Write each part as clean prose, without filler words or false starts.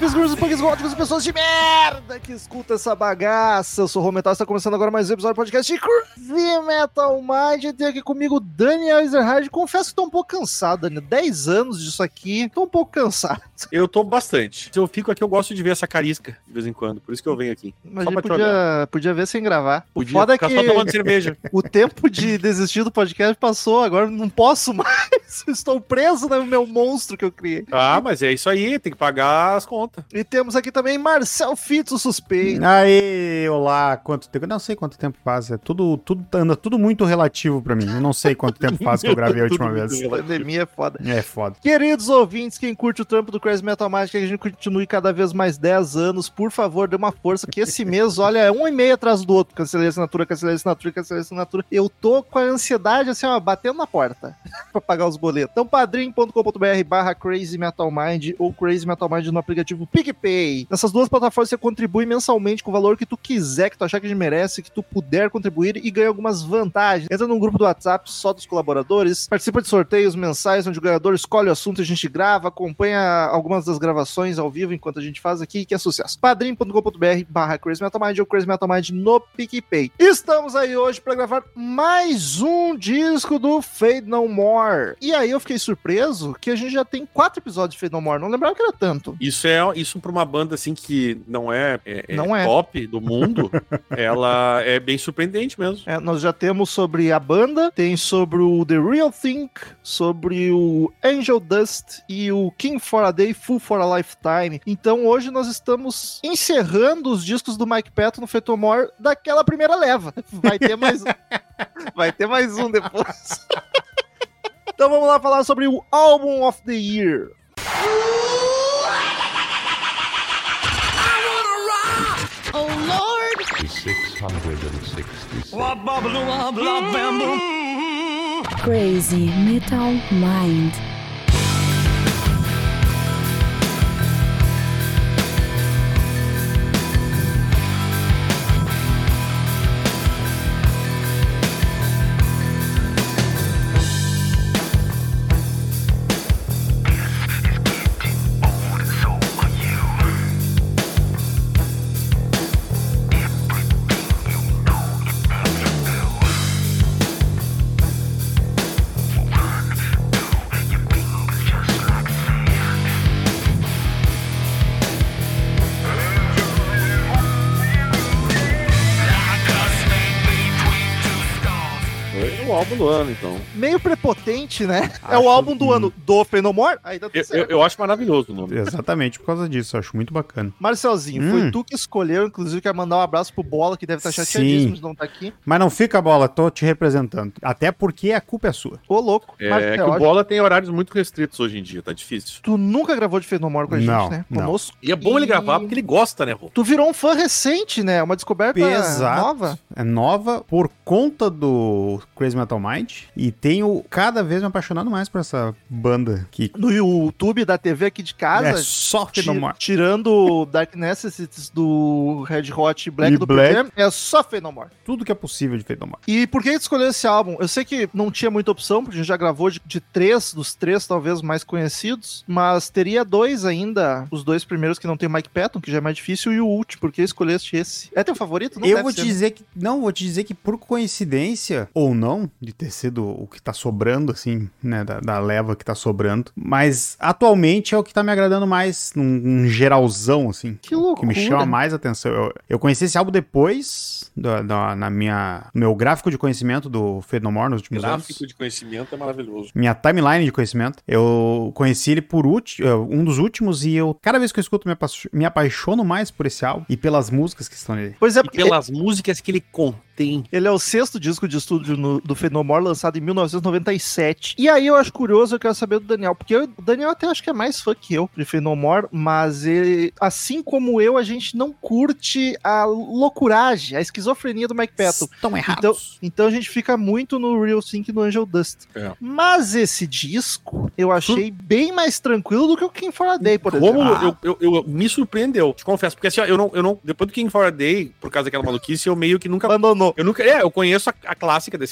punks, góticos e pessoas de merda que escuta essa bagaça. Eu sou o Rometal, está começando agora mais um episódio do podcast de Crazy Metal Mind. E tem aqui comigo Daniel Ezerhard. Confesso que tô um pouco cansado, Daniel. 10 anos disso aqui, tô um pouco cansado. Eu tô bastante. Se eu fico aqui, eu gosto de ver essa carisca de vez em quando. Por isso que eu venho aqui. Mas a gente podia ver sem gravar. Podia foda ficar que só tomando cerveja. O tempo de desistir do podcast passou, agora não posso mais. Estou preso no meu monstro que eu criei. Ah, mas é isso aí, tem que pagar as contas. E temos aqui também Marcel Fitz, o suspeito. Aê, olá, quanto tempo? Eu não sei quanto tempo faz, anda tudo muito relativo pra mim. Eu não sei quanto tempo faz que eu gravei a última vez. A pandemia é foda. É foda. Queridos ouvintes, quem curte o trampo do Crazy Metal Mind, que a gente continue cada vez mais 10 anos, por favor, dê uma força, que esse mês, olha, é 1,5 atrás do outro. Cancelei a assinatura. Eu tô com a ansiedade, assim, ó, batendo na porta pra pagar os boletos. Então, padrim.com.br/Crazy Metal Mind ou Crazy Metal Mind no aplicativo PicPay. Nessas duas plataformas você contribui mensalmente com o valor que tu quiser, que tu achar que a gente merece, que tu puder contribuir e ganha algumas vantagens. Entra num grupo do WhatsApp só dos colaboradores, participa de sorteios mensais, onde o ganhador escolhe o assunto e a gente grava, acompanha algumas das gravações ao vivo enquanto a gente faz aqui, que é sucesso. padrim.com.br/Crazy Metal Mind ou Crazy Metal Mind no PicPay. Estamos aí hoje pra gravar mais um disco do Faith No More. E aí eu fiquei surpreso que a gente já tem 4 episódios de Faith No More, não lembrava que era tanto. Isso pra uma banda assim que não é Não top do mundo, ela é bem surpreendente mesmo. Nós já temos sobre a banda, tem sobre o The Real Thing, sobre o Angel Dust e o King for a Day, Fool for a Lifetime. Então hoje nós estamos encerrando os discos do Mike Patton no Faith No More daquela primeira leva. Vai ter mais um depois. Então vamos lá falar sobre o Album of the Year. Oh Lord! 666. Crazy Metal Mind. O álbum do ano, então. Meio prepotente, né? É o álbum do ano do Faith No More? Aí tá tudo certo. Eu acho maravilhoso o nome. Exatamente por causa disso, eu acho muito bacana. Marcelzinho, foi tu que escolheu, inclusive quer mandar um abraço pro Bola, que deve estar chateadíssimo de não estar aqui. Mas não fica, Bola, tô te representando. Até porque a culpa é sua. Ô, louco. É que o Bola tem horários muito restritos hoje em dia, tá difícil. Tu nunca gravou de Faith No More com a gente, né? Não. Conosco. E é bom ele gravar porque ele gosta, né, Rô? Tu virou um fã recente, né? Uma descoberta nova. É nova por conta do Crazy Metal Mind. E tenho cada vez me apaixonado mais por essa banda que... No YouTube da TV aqui de casa. É só Faith No More. Tirando o Dark Necessities do Red Hot Black E do Black. Pearl Jam, é só Faith No More. Tudo que é possível de Faith No More. E por que tu escolheu esse álbum? Eu sei que não tinha muita opção, porque a gente já gravou de 3, dos 3 talvez mais conhecidos, mas teria 2 ainda, os 2 primeiros que não tem Mike Patton, que já é mais difícil, e o último, por que escolheste esse? É teu favorito? Não Eu deve vou ser, te dizer que... Não, vou te dizer que por coincidência, ou não, de ter sido o que tá sobrando, assim, né, da leva que tá sobrando, mas atualmente é o que tá me agradando mais, num geralzão, assim. Que loucura. Que me chama mais atenção. Eu conheci esse álbum depois, no meu gráfico de conhecimento do Faith No More nos últimos anos. Gráfico de conhecimento é maravilhoso. Minha timeline de conhecimento. Eu conheci ele por um dos últimos e cada vez que eu escuto me apaixono mais por esse álbum e pelas músicas que estão nele. Pois é, E porque pelas músicas que ele contém. ele é o 6º disco de estúdio do Faith No More, lançado em 1997. E aí eu acho curioso, eu quero saber do Daniel, porque o Daniel até acho que é mais fã que eu de Faith No More, mas ele, assim como eu, a gente não curte a loucuragem, a esquizofrenia do Mike Patton. Estão errados. Então a gente fica muito no Real Think e no Angel Dust. É. Mas esse disco eu achei bem mais tranquilo do que o King for a Day, por exemplo. Como eu me surpreendeu, te confesso, porque assim, ó, eu não, depois do King for a Day, por causa daquela maluquice, eu meio que nunca... Abandonou. Eu conheço a clássica desse álbum, que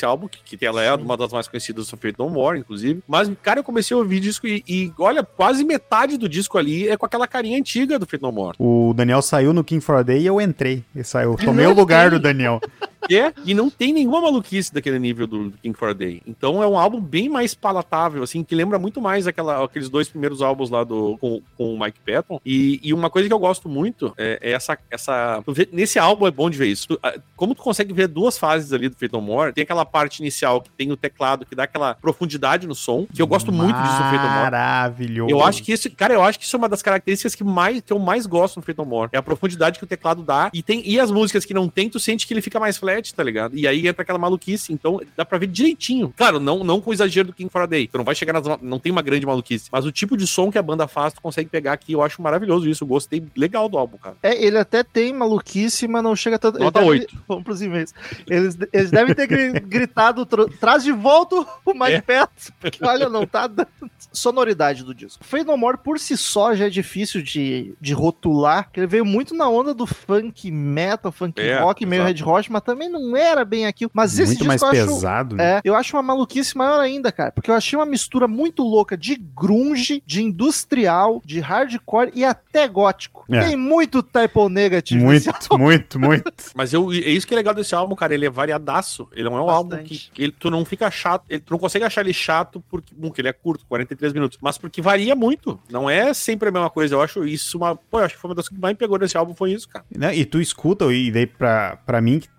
que ela é uma das mais conhecidas do Faith No More, inclusive. Mas, cara, eu comecei a ouvir disco e olha, quase metade do disco ali é com aquela carinha antiga do Faith No More. O Daniel saiu no King for a Day e eu entrei. Eu tomei o lugar do Daniel. E não tem nenhuma maluquice daquele nível do King for a Day. Então é um álbum bem mais palatável, assim, que lembra muito mais aqueles 2 primeiros álbuns lá com o Mike Patton. E uma coisa que eu gosto muito é essa... Nesse álbum é bom de ver isso. Como tu consegue ver 2 fases ali do Faith No More, tem aquela parte inicial que tem o teclado, que dá aquela profundidade no som, que eu gosto muito disso no Faith No More. Maravilhoso. Eu acho que isso é uma das características que eu mais gosto no Faith No More. É a profundidade que o teclado dá. E as músicas que não tem, tu sente que ele fica mais flat, tá ligado? E aí entra aquela maluquice, então dá pra ver direitinho. Claro, não com o exagero do King for a Day. Tu não vai chegar não tem uma grande maluquice. Mas o tipo de som que a banda faz, tu consegue pegar aqui. Eu acho maravilhoso isso. Eu gostei legal do álbum, cara. Ele até tem maluquice, mas não chega tanto. Nota 8. Vamos pros e-mails. Eles devem ter gritado, traz de volta o Mike Patton, porque olha, não tá dando. Sonoridade do disco. Faith No More por si só já é difícil de rotular, porque ele veio muito na onda do funk metal, funk rock, meio Red Hot, mas também não era bem aquilo. Mas muito esse disco mais eu pesado, acho, né? eu acho uma maluquice maior ainda, cara, porque eu achei uma mistura muito louca de grunge, de industrial, de hardcore e até gótico. Tem muito type O negative. Muito. Mas é isso que é legal desse álbum, cara. Ele é variadaço. Ele não é um álbum que tu não fica chato. Tu não consegue achar ele chato porque ele é curto, 43 minutos. Mas porque varia muito. Não é sempre a mesma coisa. Eu acho isso eu acho que foi uma das que mais me pegou nesse álbum, foi isso, cara. E tu escuta, e daí pra mim, que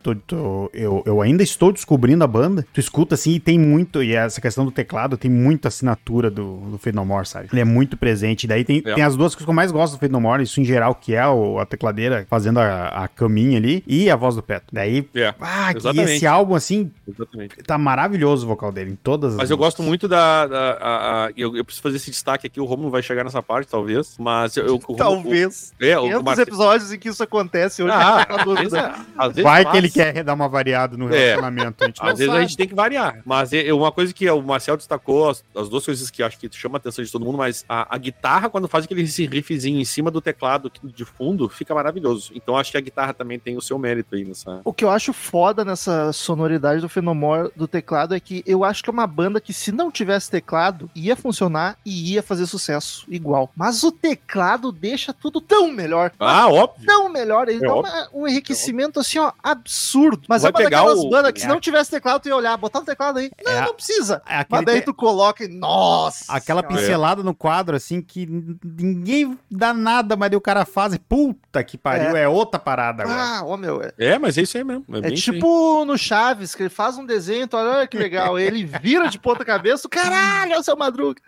eu ainda estou descobrindo a banda, tu escuta assim e tem muito, e essa questão do teclado tem muita assinatura do Faith No More, sabe? Ele é muito presente. E daí tem as 2 coisas que eu mais gosto do Faith No More, isso em geral, que é a tecladeira fazendo a caminha ali e a voz do Petro. Daí, que esse álbum, assim, tá maravilhoso o vocal dele, em todas as... Mas eu gosto muito eu preciso fazer esse destaque aqui, o Romulo vai chegar nessa parte, talvez, mas talvez. 500 episódios em que isso acontece hoje. Às vezes vai que ele quer dar uma variada no relacionamento. Às vezes a gente tem que variar. Mas uma coisa que o Marcel destacou, as 2 coisas que acho que chama a atenção de todo mundo, mas a guitarra, quando faz aquele riffzinho em cima do teclado de fundo, fica maravilhoso. Então acho que a guitarra também tem o seu mérito aí nessa... O que eu acho foda nessa sonoridade do Faith No More do teclado é que eu acho que é uma banda que, se não tivesse teclado, ia funcionar e ia fazer sucesso igual. Mas o teclado deixa tudo tão melhor. Óbvio. Tão melhor. Ele dá um enriquecimento assim, ó, absurdo. Mas é uma daquelas bandas que, se não tivesse teclado, tu ia olhar, botar o teclado aí. Não precisa. Mas daí tu coloca e, nossa! Aquela pincelada no quadro, assim, que ninguém dá nada, mas daí o cara faz e puta que pariu, é outra parada agora. Meu. Mas é isso aí mesmo. É tipo no Chaves, que ele faz um desenho, tu olha que legal, ele vira de ponta cabeça, caralho, é o Seu Madruga.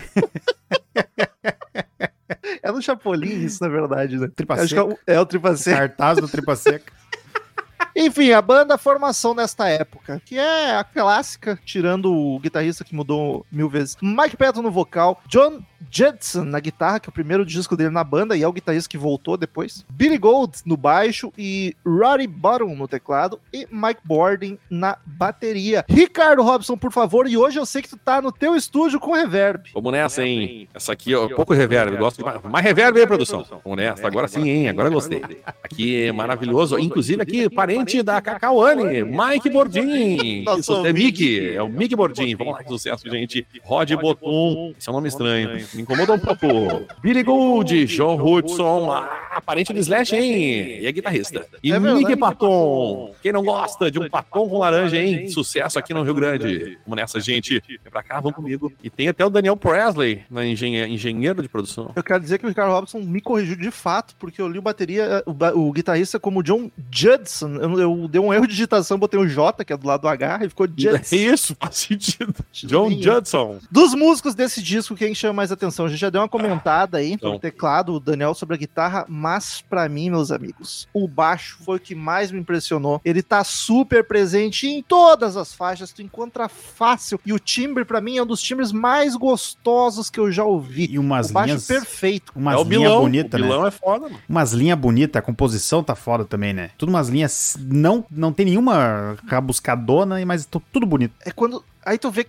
É no Chapolin isso, na verdade, né? Tripa Seca. É o Tripa Seca. Cartaz do Tripa Seca. Enfim, a banda, a formação nesta época, que é a clássica, tirando o guitarrista que mudou 1000 vezes. Mike Patton no vocal, John Judson na guitarra, que é o primeiro disco dele na banda, e é o guitarrista que voltou depois. Billy Gold no baixo e Roddy Bottom no teclado e Mike Bordin na bateria. Ricardo Robson, por favor, e hoje eu sei que tu tá no teu estúdio com reverb. Vamos nessa, hein? Essa aqui, ó, pouco reverb, gosto de mais reverb aí, produção. Vamos nessa, agora sim, hein? Agora eu gostei. Aqui é maravilhoso, inclusive aqui, parente da Cacauane, Mike Bordin. Isso é Mickey, é o Mickey Bordin. Vamos lá, que sucesso, gente. Rod Bottum, esse é um nome estranho, me incomodou um pouco. Billy Gold, John Hudson, parente do Slash, hein? E é guitarrista. E Mickey Patton, quem não gosta de um Patton com laranja, hein? Sucesso aqui no Rio Grande. Vamos nessa, gente. Vem pra cá, vamos comigo. E tem até o Daniel Presley, engenheiro de produção. Eu quero dizer que o Ricardo Robson me corrigiu de fato, porque eu li o guitarrista como John Judson. Eu dei um erro de digitação, botei o J, que é do lado do H, e ficou Judson. Isso, faz sentido. John Judson. Dos músicos desse disco, quem chama mais atenção? A gente já deu uma comentada aí no teclado, o Daniel, sobre a guitarra, mas pra mim, meus amigos, o baixo foi o que mais me impressionou. Ele tá super presente em todas as faixas, tu encontra fácil, e o timbre, pra mim, é um dos timbres mais gostosos que eu já ouvi. E umas o baixo linhas... perfeito. Umas linhas bonitas, né? O bilão é foda, mano. Umas linhas bonitas, a composição tá foda também, né? Tudo umas linhas, não tem nenhuma rabuscadona, mas tudo bonito. É quando... Aí tu vê que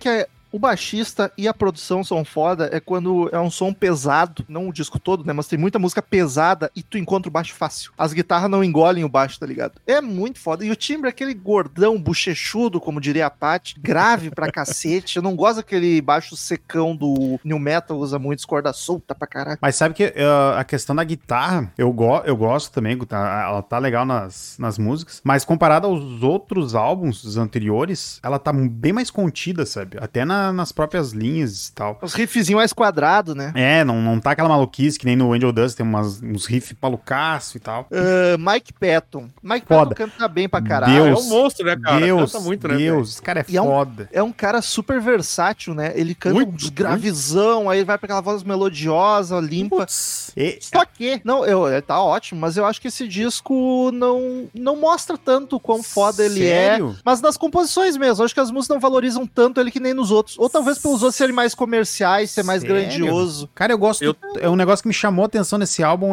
O baixista e a produção são foda, é quando é um som pesado, não o disco todo, né, mas tem muita música pesada e tu encontra o baixo fácil. As guitarras não engolem o baixo, tá ligado? É muito foda. E o timbre é aquele gordão, bochechudo, como diria a Paty, grave pra cacete. Eu não gosto daquele baixo secão do New Metal, usa muitas cordas soltas pra caralho. Mas sabe que a questão da guitarra, eu gosto também, ela tá legal nas músicas, mas comparada aos outros álbuns os anteriores, ela tá bem mais contida, sabe? Até nas próprias linhas e tal. Os riffzinhos mais quadrados, né? Não tá aquela maluquice que nem no Angel Dust, tem uns riffs malucaço e tal. Mike Patton. Mike Foda. Patton canta bem pra caralho. Deus, É um monstro, né, cara? Deus, Canta muito, né, Deus, esse cara é E foda. É um cara super versátil, né? Ele canta Muito, uns gravizão, aí ele vai pra aquela voz melodiosa, limpa. Putz. Só que, não, tá ótimo, mas eu acho que esse disco não mostra tanto o quão foda ele Sério? é. Mas nas composições mesmo, eu acho que as músicas não valorizam tanto ele que nem nos outros. Ou talvez pelos outros serem mais comerciais, ser mais Sério? grandioso. Cara, eu gosto. É um negócio que me chamou a atenção nesse álbum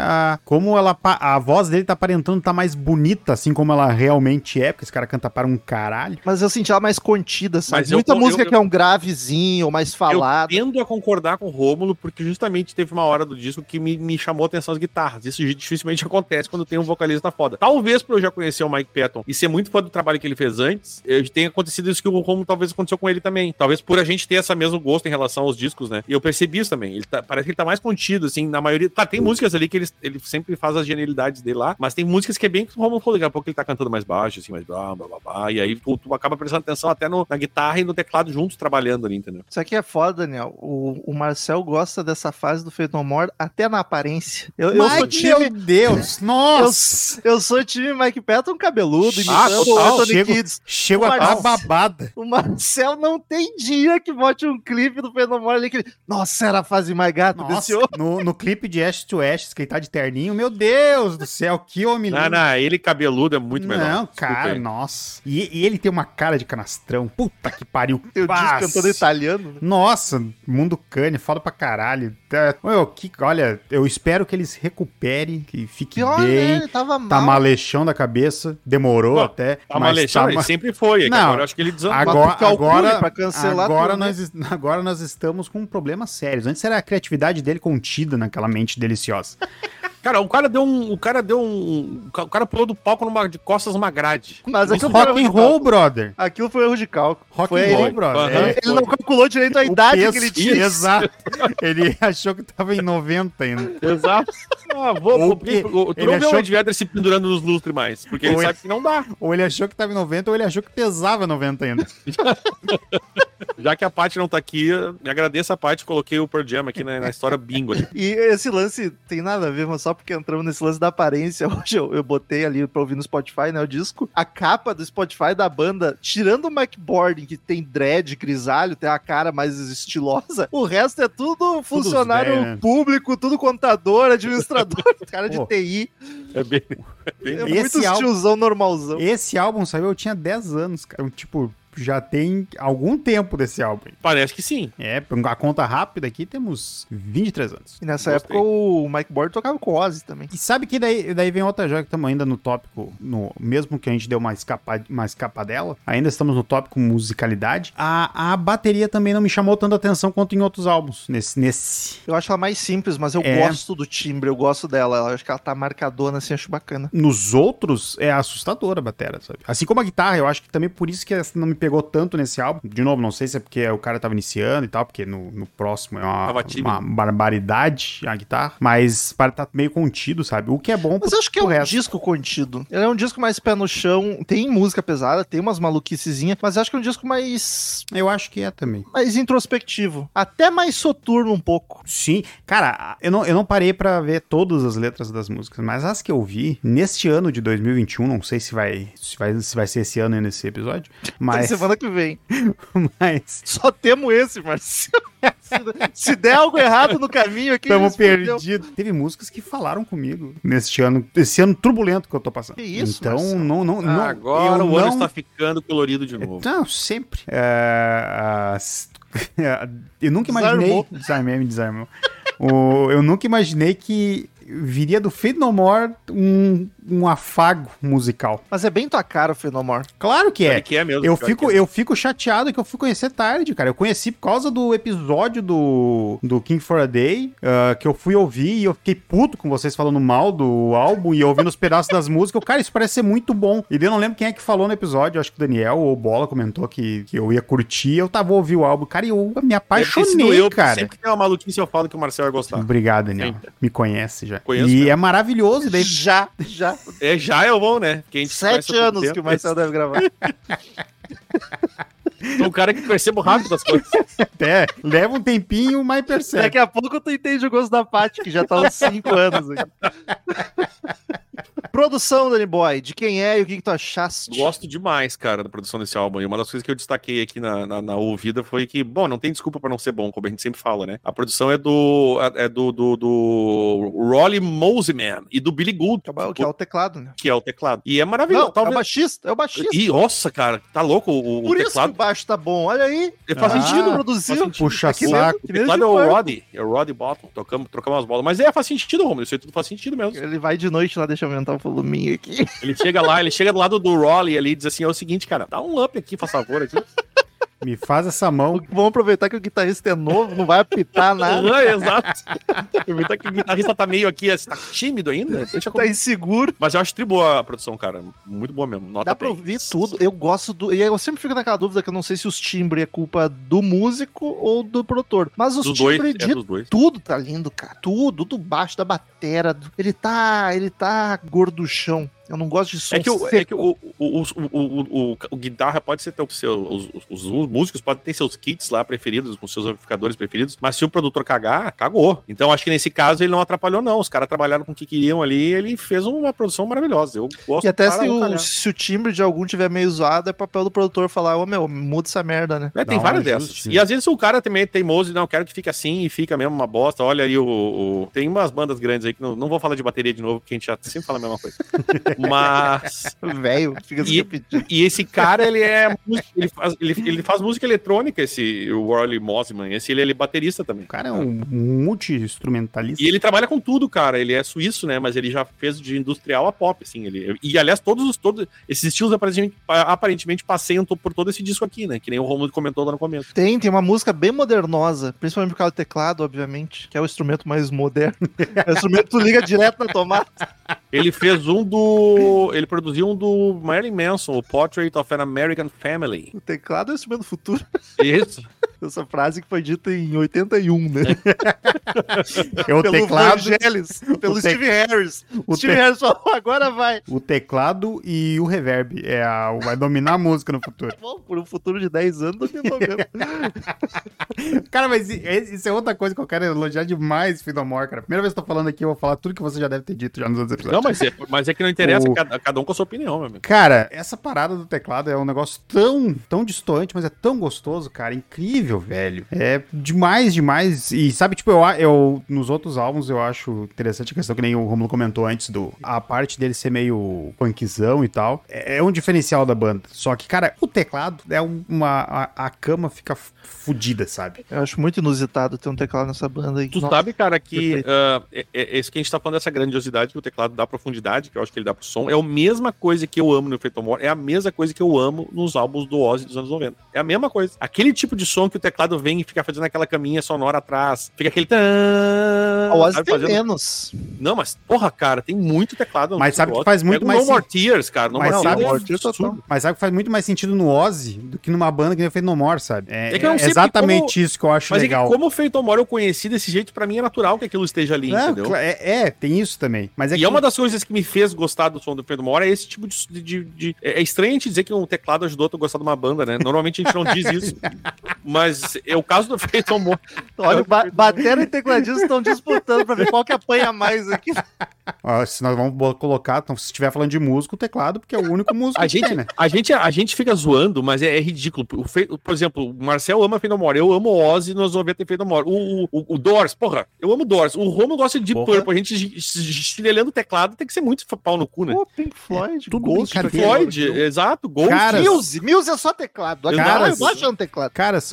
como a voz dele tá aparentando tá mais bonita, assim como ela realmente é, porque esse cara canta para um caralho. Mas eu senti ela mais contida, sabe? Mas Muita música que é um gravezinho, ou mais falado. Eu tendo a concordar com o Rômulo, porque justamente teve uma hora do disco que me chamou a atenção as guitarras. Isso dificilmente acontece quando tem um vocalista foda. Talvez por eu já conhecer o Mike Patton e ser muito fã do trabalho que ele fez antes, tenha acontecido isso que o Rômulo talvez aconteceu com ele também. Talvez por a gente ter esse mesmo gosto em relação aos discos, né? E eu percebi isso também. Parece que ele tá mais contido, assim, na maioria. Tá, tem músicas ali que ele sempre faz as genialidades dele lá, mas tem músicas que é bem que o Rômulo falou, daqui a pouco ele tá cantando mais baixo, assim, mais blá, blá, blá, blá, e aí tu acaba prestando atenção até na guitarra e no teclado juntos trabalhando ali, entendeu? Isso aqui é foda, Daniel. O Marcel gosta dessa fase do Faith No More até na aparência. Eu sou time... Meu Deus, nossa! Eu sou time Mike Patton cabeludo, imitando o total, Anthony Kids. Chego a dar babada. O Marcel não tem dia que bote um clipe do Faith No More ali que ele... Nossa, era a fase mais gata desse Nossa, homem. no clipe de Ashes to Ashes, que ele tá de terninho, meu Deus do céu, que homem lindo. Não, ele cabeludo é muito melhor. Não, Desculpa cara, aí. nossa. E ele tem uma cara de canastrão. Puta que pariu. Eu disse cantando italiano, né? Nossa, Mundo Cane, foda pra caralho. Olha, eu espero que eles recuperem, que fique Pior, bem. né? Ele tava mal. Tá malechão da cabeça, demorou Pô, até. Tá malechando, ele sempre foi. É que Não, agora eu acho que ele desandou. Agora, pra cancelar tudo, né? agora nós estamos com problemas sérios. Antes era a criatividade dele contida naquela mente deliciosa. Cara, o cara pulou do palco de costas numa grade. Mas aquilo Rock foi erro and de roll, cálculo. brother. Aquilo foi erro de cálculo. Rock Foi and roll, ele- brother. Aham. É, Ele não calculou direito a o idade peso, que ele tinha. Exato. Ele achou que tava em 90 ainda. Exato. Ou que Tu ele não vê o achou- Ed Vedder se pendurando nos lustres mais, porque ele Ou ele- sabe que não dá. Ou ele achou que tava em 90, ou ele achou que pesava 90 ainda. Já que a Paty não tá aqui, me agradeço a Paty, coloquei o Pearl Jam aqui na história bingo. Ali. E esse lance tem nada a ver, mas só porque entramos nesse lance da aparência. Hoje eu botei ali pra ouvir no Spotify, né, o disco. A capa do Spotify da banda, tirando o Mike Bordin, que tem dread, grisalho, tem a cara mais estilosa, o resto é tudo funcionário velho, né? público, tudo contador, administrador, cara de Pô. TI. É bem. É Esse muito álbum- tiozão normalzão. Esse álbum saiu, eu tinha 10 anos, cara. Tipo, já tem algum tempo desse álbum. Parece que sim. É, a conta rápida aqui, temos 23 anos. E nessa Gostei. época o Mike Bordin tocava com o Ozzy também. E sabe que daí vem outra joia que estamos ainda no tópico, mesmo que a gente deu uma escapadela, ainda estamos no tópico musicalidade. A bateria também não me chamou tanta atenção quanto em outros álbuns. Nesse. Eu acho ela mais simples, mas eu É. gosto do timbre, eu gosto dela. Eu acho que ela tá marcadona assim, acho bacana. Nos outros, é assustadora a bateria, sabe? Assim como a guitarra, eu acho que também por isso que essa não me pegou tanto nesse álbum. De novo, não sei se é porque o cara tava iniciando e tal, porque no próximo é Tava tímido. uma barbaridade a guitarra, mas tá meio contido, sabe? O que é bom Mas eu acho que é pro um resto. disco contido. Ele é um disco mais pé no chão, tem música pesada, tem umas maluquicezinhas, mas eu acho que é um disco Eu acho que é também. mais introspectivo. Até mais soturno um pouco. Sim, cara, eu não parei pra ver todas as letras das músicas, mas as que eu vi neste ano de 2021, não sei se vai ser esse ano aí nesse episódio, mas, Semana que vem. mas Só temos esse, Marcelo. Se der algo errado no caminho aqui, estamos se fudeu. perdidos. Teve músicas que falaram comigo esse ano turbulento que eu tô passando. Que isso, então, Marcelo? não. Agora eu o ano não- está ficando colorido de novo. Não, sempre. Eu nunca imaginei. Desarmou. Desarmou. Eu nunca imaginei que viria do Fate No More um afago musical. Mas é bem tua cara o Fenomore. Claro que é. Que é mesmo. Eu fico chateado que eu fui conhecer tarde, cara. Eu conheci por causa do episódio do King for a Day, que eu fui ouvir e eu fiquei puto com vocês falando mal do álbum e ouvindo os pedaços das músicas. Cara, isso parece ser muito bom. E eu não lembro quem é que falou no episódio, acho que o Daniel ou o Bola comentou que eu ia curtir. Eu tava ouvindo o álbum. Cara, eu me apaixonei, cara. Sempre tem uma maluquice eu falo que o Marcel ia gostar. Obrigado, Daniel. Sempre. Me conhece já. Conheço e mesmo. é maravilhoso. Daí... Já. Já é bom, né? Porque a gente 7 anos que o Marcel deve gravar. Sou um cara que percebo rápido as coisas. É, leva um tempinho, mas percebe. Daqui a pouco tu entende o gosto da Paty, que já tá uns 5 anos aqui. Produção, Danny Boy, de quem é e o que tu achaste? Gosto demais, cara, da produção desse álbum. E uma das coisas que eu destaquei aqui na ouvida foi que, bom, não tem desculpa pra não ser bom, como a gente sempre fala, né? A produção é do Rolly Mosiman e do Billy Gould. Que é o teclado, né? Que é o teclado. E é maravilhoso. Não, é o baixista. E, nossa, cara, tá louco o Por isso que teclado. o baixo tá bom, olha aí. Faz sentido, produziu. faz sentido. Puxa Aqui saco. O teclado é o Roddy Bottom. Trocamos umas bolas. Mas faz sentido, Romulo. Isso aí tudo faz sentido mesmo. Ele vai de noite lá, deixa eu aumentar o voluminho aqui. Ele chega do lado do Rolly ali e diz assim: é o seguinte, cara, dá um up aqui, faz favor aqui. Me faz essa mão. Vamos aproveitar que o guitarrista é novo, não vai apitar nada. Exato. Aproveitar que o guitarrista tá meio aqui, tá tímido ainda. Deixa Tá inseguro. Mas eu acho tri boa a produção, cara. Muito boa mesmo. Nota Dá pra ouvir tudo. Eu gosto do. E eu sempre fico naquela dúvida que eu não sei se os timbres é culpa do músico ou do produtor. Mas os timbres dos dois. tudo tá lindo, cara. Tudo, do baixo, da batera. Ele tá gorduchão. Eu não gosto de som o guitarra pode ser os músicos podem ter seus kits lá preferidos, com seus amplificadores preferidos, mas se o produtor cagar, cagou. Então acho que nesse caso ele não atrapalhou não, os caras trabalharam com o que queriam ali e ele fez uma produção maravilhosa. Eu gosto. E até se o timbre de algum tiver meio zoado, é papel do produtor falar, muda essa merda, né? Tem várias dessas. E às vezes o cara também é teimoso e não, quero que fique assim e fica mesmo uma bosta. Olha aí tem umas bandas grandes aí que não vou falar de bateria de novo, porque a gente já sempre fala a mesma coisa. Mas velho, fica se repetindo. E esse cara, ele faz música eletrônica, o Rolly Mosiman. Ele é baterista também. O cara é um multi-instrumentalista. E ele trabalha com tudo, cara. Ele é suíço, né? Mas ele já fez de industrial a pop, assim. E aliás, todos esses estilos aparentemente passeiam por todo esse disco aqui, né? Que nem o Romulo comentou lá no começo. Tem uma música bem modernosa, principalmente por causa do teclado, obviamente, que é o instrumento mais moderno. É o instrumento que tu liga direto na tomada. Ele produziu um do Marilyn Manson, o Portrait of an American Family. O teclado é o instrumento do futuro. Isso. Essa frase que foi dita em 81, né? O pelo teclado, Vangelis, pelo Steve Harris. O Steve Harris falou, agora vai. O teclado e o reverb vai dominar a música no futuro. Bom, por um futuro de 10 anos, dominou mesmo. Cara, mas isso é outra coisa que eu quero elogiar demais, Fenomore, cara. Primeira vez que eu tô falando aqui, eu vou falar tudo que você já deve ter dito já nos outros episódios. Não, mas é que não interessa, cada um com a sua opinião, meu amigo. Cara, essa parada do teclado é um negócio tão distante, mas é tão gostoso, cara. Incrível, velho. É demais. E sabe, tipo, eu nos outros álbuns eu acho interessante a questão que nem o Romulo comentou antes, a parte dele ser meio punkzão e tal. É um diferencial da banda. Só que, cara, o teclado é a cama fica fodida, sabe? Eu acho muito inusitado ter um teclado nessa banda aí. Tu sabe, cara, que isso que a gente tá falando dessa grandiosidade que o teclado dá profundidade, que eu acho que ele dá pro som, é a mesma coisa que eu amo no Fate No More, é a mesma coisa que eu amo nos álbuns do Ozzy dos anos 90. É a mesma coisa. Aquele tipo de som que o teclado vem e fica fazendo aquela caminha sonora atrás, fica aquele... O Ozzy tem menos. Não, mas, porra, cara, tem muito teclado. Mas sabe que faz muito mais... No More Tears, cara. Mas sabe que faz muito mais sentido no Ozzy do que numa banda que nem o Fate No More, sabe? É que eu não sei exatamente isso que eu acho legal. Mas é que como o Fate No More eu conheci desse jeito, pra mim é natural que aquilo esteja ali, entendeu? Tem isso também. Mas é uma das coisas que me fez gostar do som do Fate No More, é esse tipo de... É estranho a gente dizer que um teclado ajudou a gostar de uma banda, né? Normalmente a gente não diz isso. Mas é o caso do Fate No More. Olha, batera e tecladistas estão disputando pra ver qual que apanha mais aqui. Se nós vamos colocar, então, se estiver falando de músico, o teclado, porque é o único músico que tem, né? A gente fica zoando, mas é ridículo. Por exemplo, o Marcel ama Fate No More, eu amo Ozzy nos 90 e Fate No More. O Doors, porra, eu amo Doors. O Romulo gosta de Deep Purple, a gente estilhando o teclado tem que ser muito pau no cu, né? Pô, Pink Floyd, tudo Ghost, Pink Floyd, exato, Ghost. Muse é só teclado. Eu não achando teclado. Cara,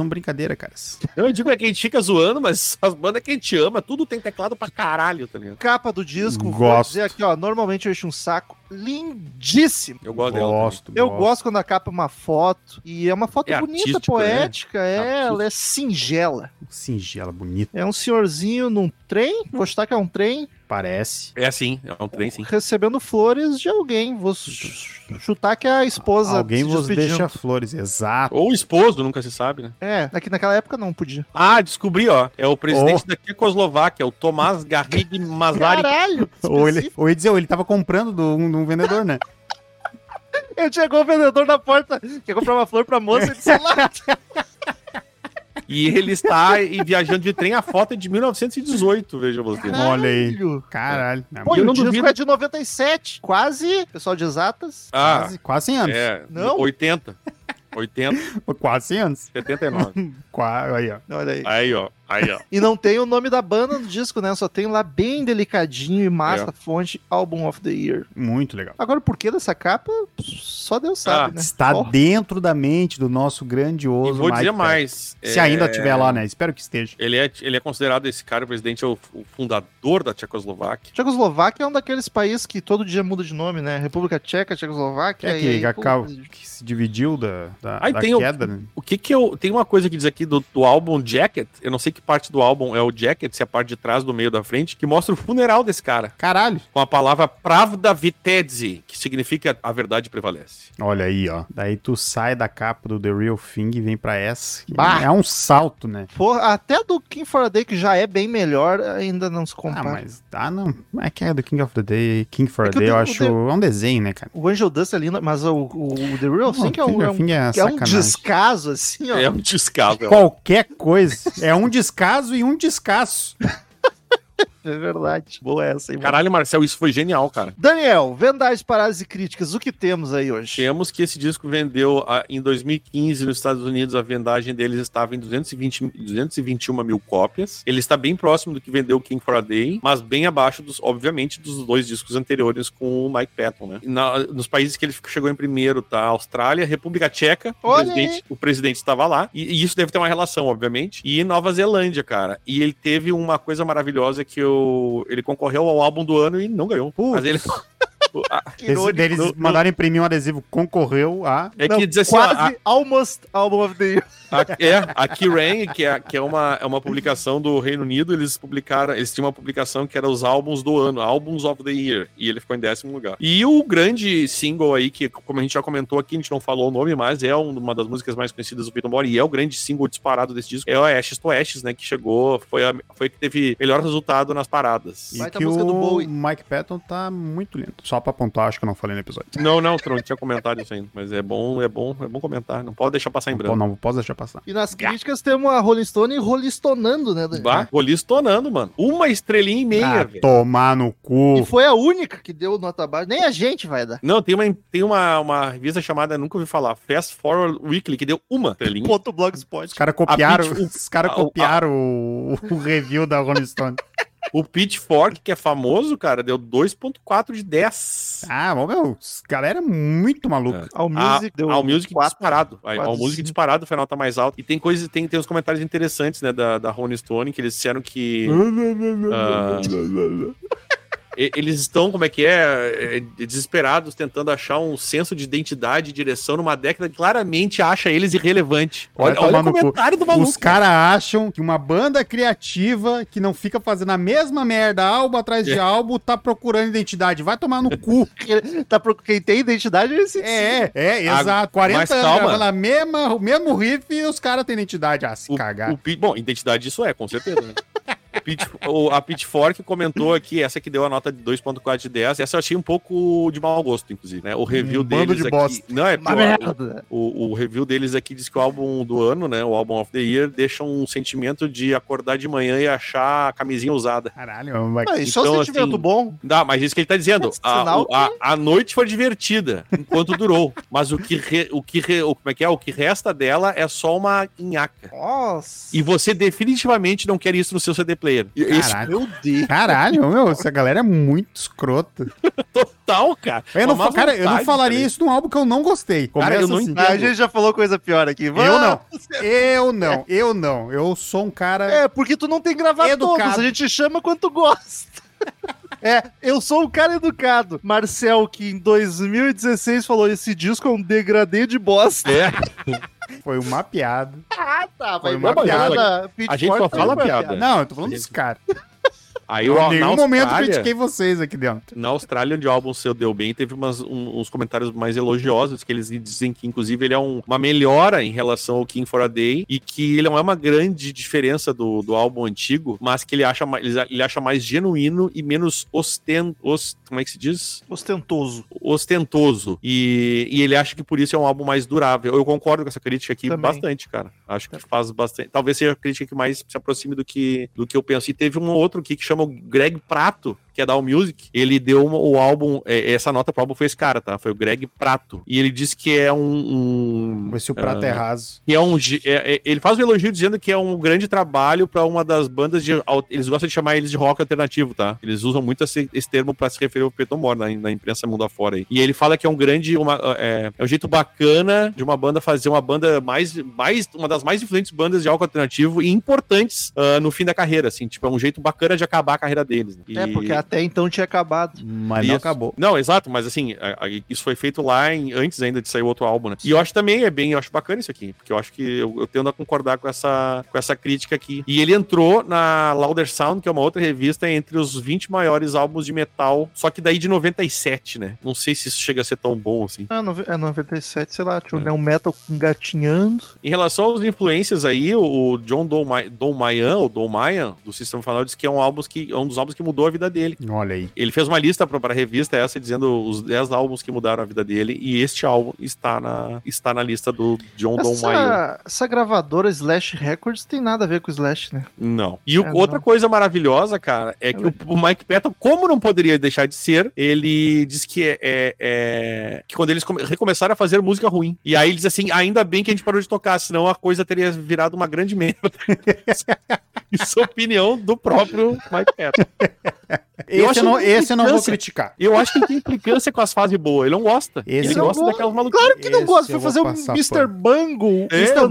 são brincadeira, caras. Eu digo que a gente fica zoando, mas as bandas que a gente ama, tudo tem teclado pra caralho, tá ligado? Capa do disco, vou Gosto. dizer aqui, ó, normalmente eu encho um saco, lindíssimo. Eu gosto dela. Gosto. Eu gosto quando a capa é uma foto, e é uma foto É bonita, artístico, poética, né? ela é singela. Singela, bonita. É um senhorzinho num trem, vou chutar que é um trem, Parece. É assim, é um trem sim. recebendo flores de alguém. Vou chutar que é a esposa. Alguém se vos despedindo. deixa flores, exato. Ou o esposo, nunca se sabe, né? É, aqui naquela época não podia. Ah, descobri, ó. É o presidente da Tchecoslováquia, o Tomás Garrigue Mazarek. Caralho! Ou ele, específico. ou ele dizia, ou ele tava comprando de um vendedor, né? Chegou o vendedor na porta, quer comprar uma flor pra moça e disse lá. E ele está viajando de trem. A foto é de 1918, veja você. Olha aí. Caralho. Caralho. Pô, Eu e o não disco duvido. é de 97, quase, pessoal de exatas. Ah, Quase 100 anos. é. Não? 80. 80, Quase 100 anos. 79. Aí, ó. Olha aí. Aí, ó. Aí, ó. E não tem o nome da banda no disco, né? Só tem lá bem delicadinho e massa a fonte Album of the Year. Muito legal. Agora, o porquê dessa capa, só Deus sabe, né? Está Ó, dentro da mente do nosso E grandioso vou dizer Mike mais. Patton. Se ainda estiver lá, né? Espero que esteja. Ele é considerado, esse cara, o presidente, é o fundador da Tchecoslováquia. Tchecoslováquia é um daqueles países que todo dia muda de nome, né? República Tcheca, Tchecoslováquia. É e que, aí, que se dividiu da Aí tem queda, né? O que que eu... Tem uma coisa que diz aqui do álbum Jacket, eu não sei que parte do álbum é o Jacket, se é a parte de trás, do meio, da frente, que mostra o funeral desse cara, Caralho. com a palavra Pravda Vitedzi, que significa a verdade prevalece. Olha aí, ó. Daí tu sai da capa do The Real Thing e vem pra essa. Bah. É um salto, né? Porra, até do King for a Day, que já é bem melhor, ainda não se compara. Não. É que é do King of the Day, King for É a que o Day, eu The- acho. o É um desenho, né, cara? O Angel Dust é lindo, mas o The Real Thing é King um, of the Thing é é um sacanagem. descaso, assim, ó. É um descaso. Qualquer coisa. É um descaso e um descasso. É verdade. Boa essa, hein, mano? Caralho, Marcel, isso foi genial, cara. Daniel, vendagens, paradas e críticas, o que temos aí hoje? Temos que esse disco vendeu em 2015 nos Estados Unidos, a vendagem deles estava em 221 mil cópias. Ele está bem próximo do que vendeu o King for a Day, mas bem abaixo, obviamente, dos dois discos anteriores com o Mike Patton, né? Nos países que ele chegou em primeiro, tá? Austrália, República Tcheca, o presidente estava lá, e isso deve ter uma relação, obviamente, e Nova Zelândia, cara. E ele teve uma coisa maravilhosa que ele concorreu ao álbum do ano e não ganhou. Mas ele... Eles mandaram imprimir um adesivo, concorreu a... É que Não, diz assim, quase almost Album of the Year. a Kerrang, que é uma publicação do Reino Unido, eles tinham uma publicação que era os álbuns do ano, Albums of the Year, e ele ficou em 10º lugar. E o grande single aí, que como a gente já comentou aqui, a gente não falou o nome, mas é uma das músicas mais conhecidas do Peyton Boy, e é o grande single disparado desse disco, é o Ashes to Ashes, né, que chegou, foi que teve melhor resultado nas paradas. E Baita que música do o Bowie. Mike Patton tá muito lindo. Só pra apontar, acho que eu não falei no episódio. Não tinha comentado isso ainda, mas é bom comentar, não pode deixar passar em branco. Não posso deixar passar. E nas críticas temos a Rolling Stone rolistonando, né, Daniel? Bah, rolistonando, mano. 1,5 Ah, velho. tomar no cu. E foi a única que deu nota baixa. Nem a gente vai dar. Não, tem uma revista chamada, nunca ouvi falar, Fast Forward Weekly, que deu uma estrelinha. Ponto Blogspot. Os caras copiaram, Pitch- o review da Rolling Stone. O Pitchfork, que é famoso, cara, deu 2,4 de 10. Ah, meu, galera é muito maluca. All Music deu Ao Music 4. disparado. Ao quatro, Music cinco. disparado foi a nota mais alta. E tem uns comentários interessantes, né, da Rolling Stone, que eles disseram que... Eles estão, como é que desesperados, tentando achar um senso de identidade e direção numa década que claramente acha eles irrelevante. Olha tomar o no cu. comentário do maluco. Os caras acham que uma banda criativa que não fica fazendo a mesma merda álbum atrás de álbum tá procurando identidade. Vai tomar no cu. Quem tem identidade é esse. Exato. 40 mas anos calma. gravando o mesmo riff e os caras têm identidade. Ah, se cagar. Bom, identidade isso com certeza, né? A Pitchfork comentou aqui, essa que deu a nota de 2.4 de 10, essa eu achei um pouco de mau gosto, inclusive, né? O review bando deles de aqui... bosta. Não, é Uma pior. merda. O review deles aqui diz que o álbum do ano, né, o Album of the Year, deixa um sentimento de acordar de manhã e achar a camisinha usada. Caralho, mas... Ah, isso é Então, um sentimento assim, bom. Dá, mas isso que ele tá dizendo. É sinal A noite foi divertida, enquanto durou. Mas o que resta dela é só uma nhaca. Nossa. E você definitivamente não quer isso no seu CD player. E esse Caralho. Meu Deus. Caralho, meu, essa galera é muito escrota. total, cara. Eu não, Uma má cara, eu não vontade, falaria cara. isso num álbum que eu não gostei. Cara, eu Começa não assim. entendo. A gente já falou coisa pior aqui. Eu não. Eu sou um cara... É, porque tu não tem gravado Educado. todos, a gente chama quando tu gosta. Eu sou um cara educado. Marcel, que em 2016 falou, esse disco é um degradê de bosta. É, Foi uma piada. Tá, Foi vai uma uma piada. piada. a gente só fala piada. Não, eu tô falando dos caras. Aí Eu o em nenhum momento Austrália- critiquei vocês aqui dentro. Na Austrália, onde o álbum seu deu bem, teve uns comentários mais elogiosos, que eles dizem que, inclusive, ele é uma melhora em relação ao King for a Day, e que ele não é uma grande diferença do álbum antigo, mas que ele acha mais genuíno e menos como é que se diz? Ostentoso. E ele acha que por isso é um álbum mais durável. Eu concordo com essa crítica aqui Também. bastante, cara. Acho que faz bastante. Talvez seja a crítica que mais se aproxime do que eu penso. E teve um outro aqui que chama o Greg Prato, que é da All Music. Ele deu o álbum, essa nota pro álbum foi esse cara, tá? Foi o Greg Prato. E ele disse que é Vê se o prato é raso. que ele faz um elogio dizendo que é um grande trabalho pra uma das bandas eles gostam de chamar eles de rock alternativo, tá? Eles usam muito esse termo pra se referir ao Petomor na imprensa mundo afora aí. E ele fala que é um jeito bacana de uma banda fazer uma banda uma das mais influentes bandas de rock alternativo e importantes no fim da carreira, assim, tipo, é um jeito bacana de acabar a carreira deles. Né? Porque até então tinha acabado. Mas não Isso. acabou. Não, exato, mas assim, isso foi feito lá antes ainda de sair o outro álbum, né? E eu acho também, eu acho bacana isso aqui, porque eu acho que eu tendo a concordar com essa crítica aqui. E ele entrou na Louder Sound, que é uma outra revista, entre os 20 maiores álbuns de metal, só que daí de 97, né? Não sei se isso chega a ser tão bom assim. É 97, sei lá, tinha um metal engatinhando. Em relação às influências aí, o John Dolmayan, do System of a Down, diz que é um dos álbuns que mudou a vida dele. Olha aí. Ele fez uma lista pra revista essa, dizendo os 10 álbuns que mudaram a vida dele, e este álbum está na lista do John Dolmayan. Essa gravadora Slash Records tem nada a ver com o Slash, né? Não. E não. outra coisa maravilhosa, cara, é que o Mike Patton, como não poderia deixar de ser, ele diz que que quando eles recomeçaram a fazer música ruim. E aí ele diz assim, ainda bem que a gente parou de tocar, senão a coisa teria virado uma grande merda. Isso é a opinião do próprio Mike Patton. Esse eu não vou criticar. Eu acho que ele tem implicância com as fases boas. Ele não gosta. Esse ele eu gosta vou- daquelas maluquices. Claro que não Esse gosta. Foi eu vou fazer um passar Mr. Bungle, É, Mr.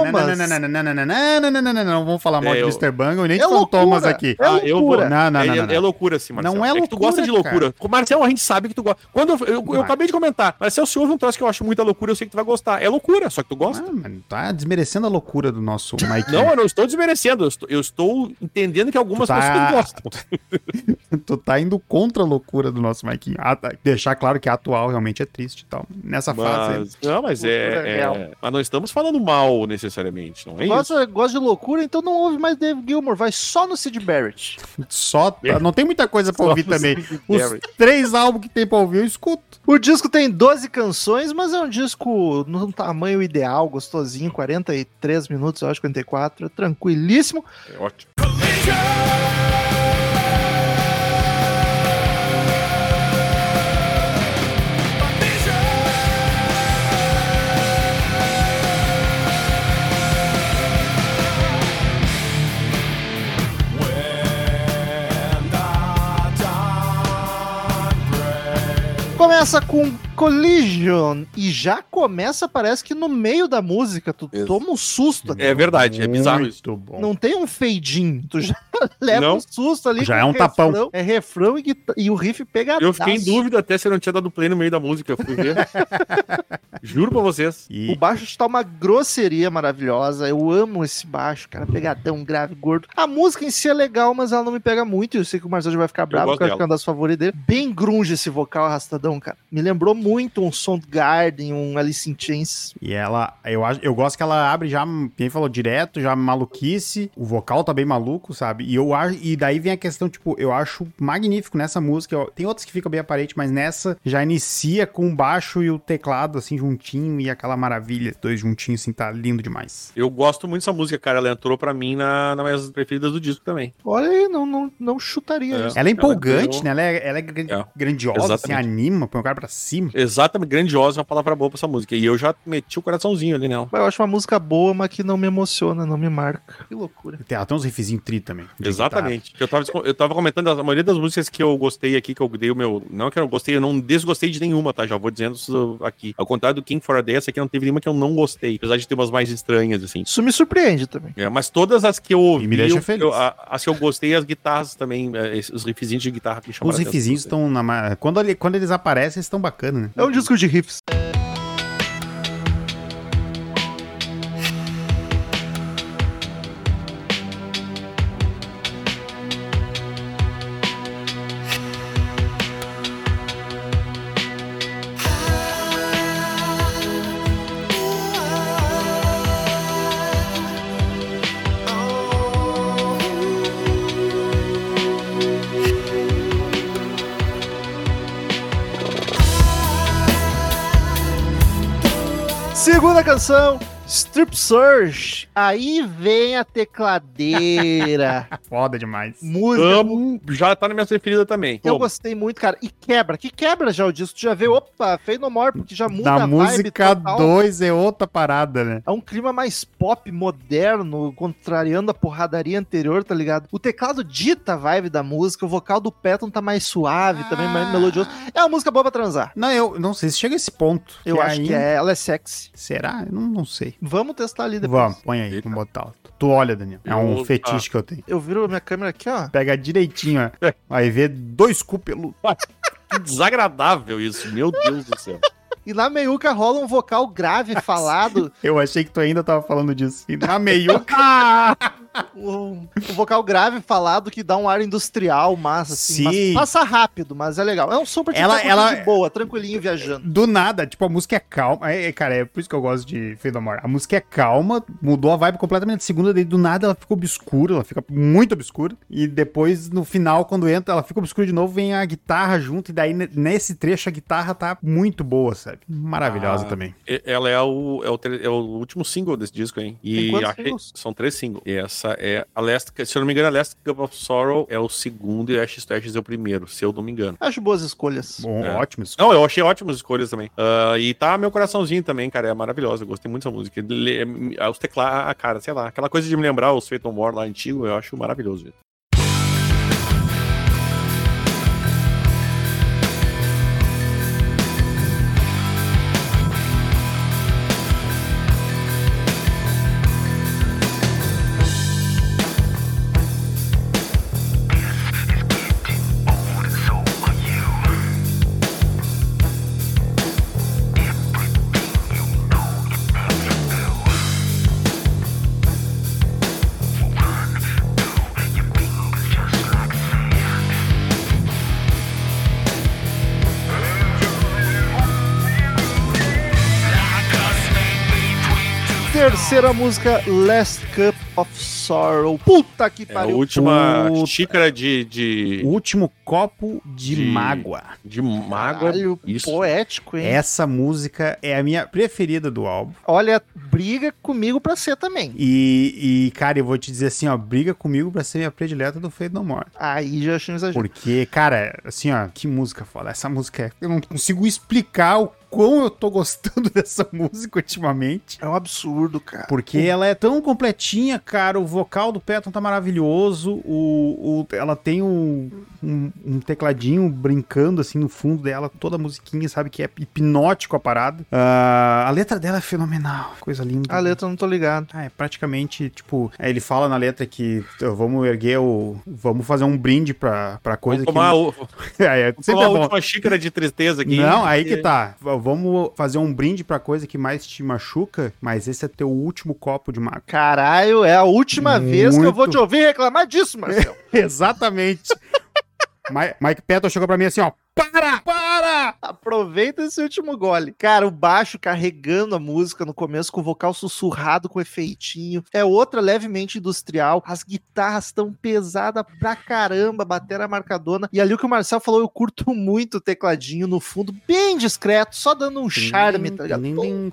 Não vamos falar mal de eu- Mr. Bungle e nem de É Fantomas loucura. aqui. Eu loucura. vou. Não. É loucura, sim, Marcelo. Não é que tu loucura, gosta de loucura. Marcelo, a gente sabe que tu gosta. Quando eu Vai. acabei de comentar, Marcelo, se houve um troço que eu acho muita loucura, eu sei que tu vai gostar. É loucura, só que tu gosta. Ah, mano, tá desmerecendo a loucura do nosso Mike. Não, eu não estou desmerecendo. Eu estou entendendo que algumas pessoas gostam. Tu tá indo contra a loucura do nosso Mike. Deixar claro que a atual realmente é triste e tal. Nessa fase. Mas Loucura real. Mas não estamos falando mal necessariamente, não é isso? Gosta de loucura, então não ouve mais Dave Gilmour, vai só no Sid Barrett. Só. Não tem muita coisa pra Só ouvir o também. Sid Os Barrett. 3 álbuns que tem pra ouvir, eu escuto. O disco tem 12 canções, mas é um disco no tamanho ideal, gostosinho, 43 minutos, eu acho, 44, é tranquilíssimo. É ótimo. Começa com Collision e já começa, parece que no meio da música, tu Isso. toma um susto ali. É verdade, é bizarro isso. Muito bom. Não tem um fade-in, tu já leva Não. um susto ali. Já com é um tapão. refrão, é refrão e o riff pegadaço. Eu fiquei em dúvida até se eu não tinha dado play no meio da música. Eu fui ver. Juro pra vocês. O E baixo tá uma grosseria maravilhosa. Eu amo esse baixo, cara. Pegadão, grave, gordo. A música em si é legal, mas ela não me pega muito. Eu sei que o Marcelo já vai ficar bravo, gosto porque vai dela. ficar uma das favoritas dele. Bem grunge esse vocal arrastadão, cara. Me lembrou muito um Soundgarden, um Alice in Chains. E ela, eu gosto que ela abre já, quem falou direto, já maluquice. O vocal tá bem maluco, sabe? E daí vem a questão, tipo, eu acho magnífico nessa música. Tem outras que ficam bem aparente, mas nessa já inicia com o baixo e o teclado, assim, juntinho e aquela maravilha. Dois juntinhos, assim, tá lindo demais. Eu gosto muito dessa música, cara. Ela entrou pra mim nas minhas preferidas do disco também. Olha aí, não chutaria É. isso. Ela é empolgante, ganhou. né? Ela é grandiosa, assim, Exatamente. anima, põe o cara pra cima. Exatamente, grandiosa é uma palavra boa pra essa música. E eu já meti o coraçãozinho ali nela. Eu acho uma música boa, mas que não me emociona, não me marca. Que loucura. Ela tem uns riffzinhos tri também. de Exatamente. Eu tava comentando, a maioria das músicas que eu gostei aqui, que eu dei o meu... Não que eu não gostei, eu não desgostei de nenhuma, tá? Já vou dizendo isso aqui. Ao contrário do King for a Day, essa aqui não teve nenhuma que eu não gostei. Apesar de ter umas mais estranhas, assim. Isso me surpreende também. Mas todas as que eu ouvi, E me deixa feliz. as que eu gostei, as guitarras também, os riffzinhos de guitarra que me chamaram Os riffzinhos estão na... Quando eles aparecem, eles estão bacanas, né? É um disco de riffs. Segunda canção, Strip Search. Aí vem a tecladeira. Foda demais. Música. Amo, já tá na minha preferida também. Eu Pô, gostei muito, cara. E quebra. Que quebra já o disco. Tu já vê, opa, Fade No More, porque já muda Na a vibe música total. 2 é outra parada, né? É um clima mais pop, moderno, contrariando a porradaria anterior, tá ligado? O teclado dita a vibe da música, o vocal do Patton tá mais suave, também mais melodioso. É uma música boa pra transar. Não, eu não sei se chega a esse ponto. Eu acho que ela é sexy. Será? Eu não sei. Vamos testar ali depois. Vamos, põe aí, vamos botar. Tu olha, Daniel. É um Opa. fetiche que eu tenho. Eu viro a minha câmera aqui, ó. Pega direitinho, ó. Vai ver 2 cu peludos. que desagradável isso, meu Deus do céu. E na meiuca rola um vocal grave falado. Eu achei que tu ainda tava falando disso. E na meiuca... Um vocal grave falado que dá um ar industrial, massa, assim. Sim. Mas passa rápido, mas é legal. É um som pra te Ela- ficar ela- de boa, tranquilinho, viajando. Do nada, tipo, a música é calma. Cara, é por isso que eu gosto de Fade No More. A música é calma, mudou a vibe completamente. Segunda, daí do nada ela fica obscura, ela fica muito obscura. E depois, no final, quando entra, ela fica obscura de novo, vem a guitarra junto. E daí, nesse trecho, a guitarra tá muito boa, sabe? Maravilhosa também. Ela é o último single desse disco, hein? Tem E quantos singles? são 3 singles. E essa é a Last, se eu não me engano, a Last Cup of Sorrow é o segundo e Ashes to Ashes é o primeiro, se eu não me engano. Acho boas escolhas. Bom, É. ótimo. Isso. Não, eu achei ótimas escolhas também. E tá meu coraçãozinho também, cara, é maravilhosa. Eu gostei muito dessa música. Os teclados, cara, sei lá, aquela coisa de me lembrar os Fade No More lá antigo, eu acho maravilhoso. Terceira música, Last Cup of Sorrow. Puta que É a pariu. última Puta. xícara de O último copo de mágoa. mágoa. Caralho, Isso. poético, hein? Essa música é a minha preferida do álbum. Olha, briga comigo pra ser também. Cara, eu vou te dizer assim, ó, briga comigo pra ser minha predileta do Fade No More. Aí já achei um exagero. Porque, cara, assim, ó, que música foda. Essa música é... Eu não consigo explicar o quão eu tô gostando dessa música ultimamente. É um absurdo, cara. Porque ela é tão completinha, cara. O vocal do Patton tá maravilhoso. Ela tem um tecladinho brincando, assim, no fundo dela. Toda a musiquinha, sabe? Que é hipnótico a parada. A letra dela é fenomenal. Coisa linda. A letra eu não tô ligado. É praticamente, tipo... ele fala na letra que vamos erguer vamos fazer um brinde pra coisa Vamos tomar, que... sempre tomar é a bom. última xícara de tristeza aqui. Não, aí que tá. Vamos fazer um brinde pra coisa que mais te machuca, mas esse é teu último copo de mágoa. Caralho, é a última vez que eu vou Muito. te ouvir reclamar disso, Marcelo. Exatamente. Mike Patton chegou pra mim assim, ó. Para! Aproveita esse último gole. Cara, o baixo carregando a música no começo com o vocal sussurrado com efeitinho. É outra levemente industrial. As guitarras tão pesadas pra caramba, batera marcadona. E ali o que o Marcel falou, eu curto muito o tecladinho no fundo, bem discreto, só dando um charme, tá ligado?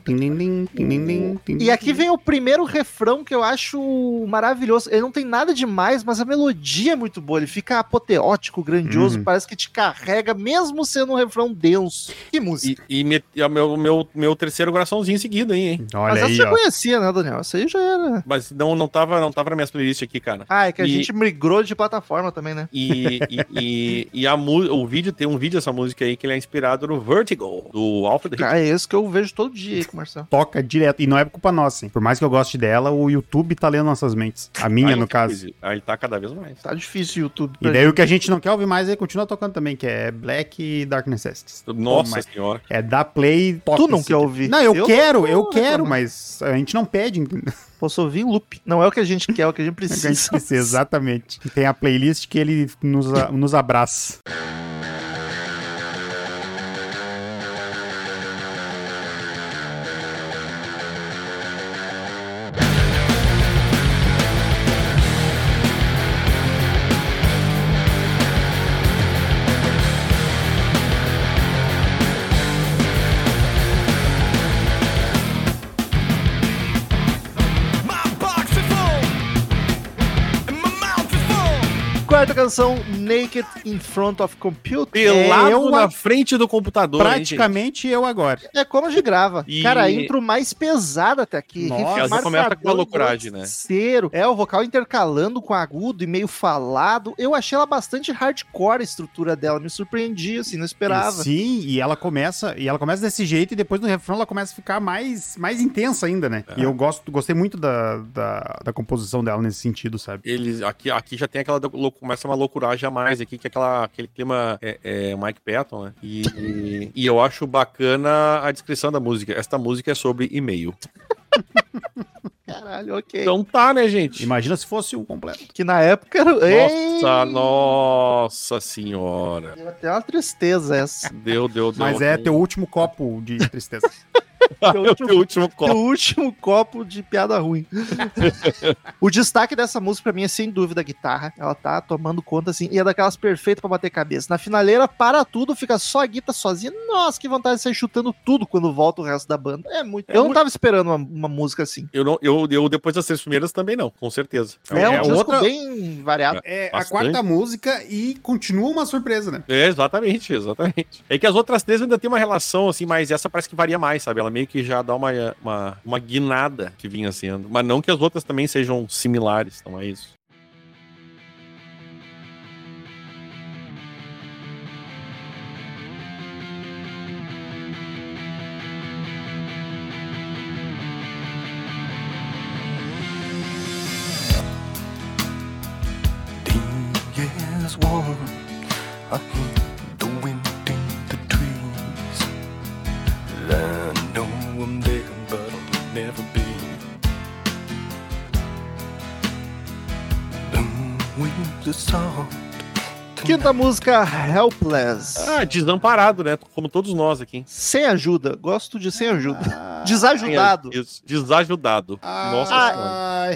E aqui vem o primeiro refrão que eu acho maravilhoso. Ele não tem nada demais, mas a melodia é muito boa. Ele fica apoteótico, grandioso, parece que te carrega, mesmo sendo um refrão denso. Que música. E meu terceiro coraçãozinho seguido, hein? Olha Mas essa aí, você já ó. conhecia, né, Daniel? Essa aí já era. Mas não tava na minha playlist aqui, cara. Ah, é que a E- gente migrou de plataforma também, né? E o vídeo, tem um vídeo dessa música aí que ele é inspirado no Vertigo, do Alfred Hitchcock. Cara, é esse que eu vejo todo dia aí com o Marcelo. Toca direto. E não é culpa nossa, hein? Por mais que eu goste dela, o YouTube tá lendo nossas mentes. A minha, no caso. Aí tá cada vez mais. Tá difícil o YouTube. E daí o que a gente não quer ouvir mais, ele continua tocando também, que é Black e Dark Necessities. Nossa Mas senhora. é dar play, toca. Tu não esse quer aqui. ouvir? Não, eu Eu quero, não eu vou quero, reclamar. mas a gente não pede. entendeu? Posso ouvir em loop. Não é o que a gente quer, é o que a gente A gente precisa. precisa, exatamente. E tem a playlist que ele nos abraça. Quarta canção, Naked in Front of Computer. Pelado eu na a- frente do computador, hein, Praticamente eu agora. É como a gente grava. E- Cara, a intro mais pesada até aqui. Nossa, Riff ela já começa com uma marcadão, loucuragem, né? grosseiro. É, o vocal intercalando com agudo e meio falado. Eu achei ela bastante hardcore a estrutura dela. Me surpreendi, assim, não esperava. Sim, e ela começa desse jeito e depois no refrão ela começa a ficar mais intensa ainda, né? E eu gostei muito da composição dela nesse sentido, sabe? Eles, aqui já tem começa uma loucuragem a mais aqui, que é aquele clima Mike Patton, né? E eu acho bacana a descrição da música. Esta música é sobre e-mail. Caralho, ok. Então tá, né, gente? Imagina se fosse o completo. Que na época era... Nossa senhora. Deu até uma tristeza essa. Deu. Mas é teu último copo de tristeza. Teu último O copo. último copo de piada ruim. O destaque dessa música pra mim é sem dúvida a guitarra. Ela tá tomando conta assim, e é daquelas perfeitas pra bater cabeça. Na finaleira, para tudo, fica só a guitarra sozinha. Nossa, que vontade de sair chutando tudo quando volta o resto da banda. Eu não tava esperando uma música assim. Eu depois das 3 primeiras também não, com certeza. É um disco outra- bem variado. É a Bastante. quarta música e continua uma surpresa, né? Exatamente. É que as outras 3 ainda tem uma relação, assim, mas essa parece que varia mais, sabe? Ela meio que já dá uma guinada que vinha sendo. Mas não que as outras também sejam similares, então é isso. Years warm, I hear the wind in the trees. I know I'm there, but I'll never be. The winds are soft. Quinta música, Helpless. Desamparado, né? Como todos nós aqui. Sem ajuda. Gosto de sem ajuda. Desajudado. Isso, desajudado. Nossa senhora. Ai.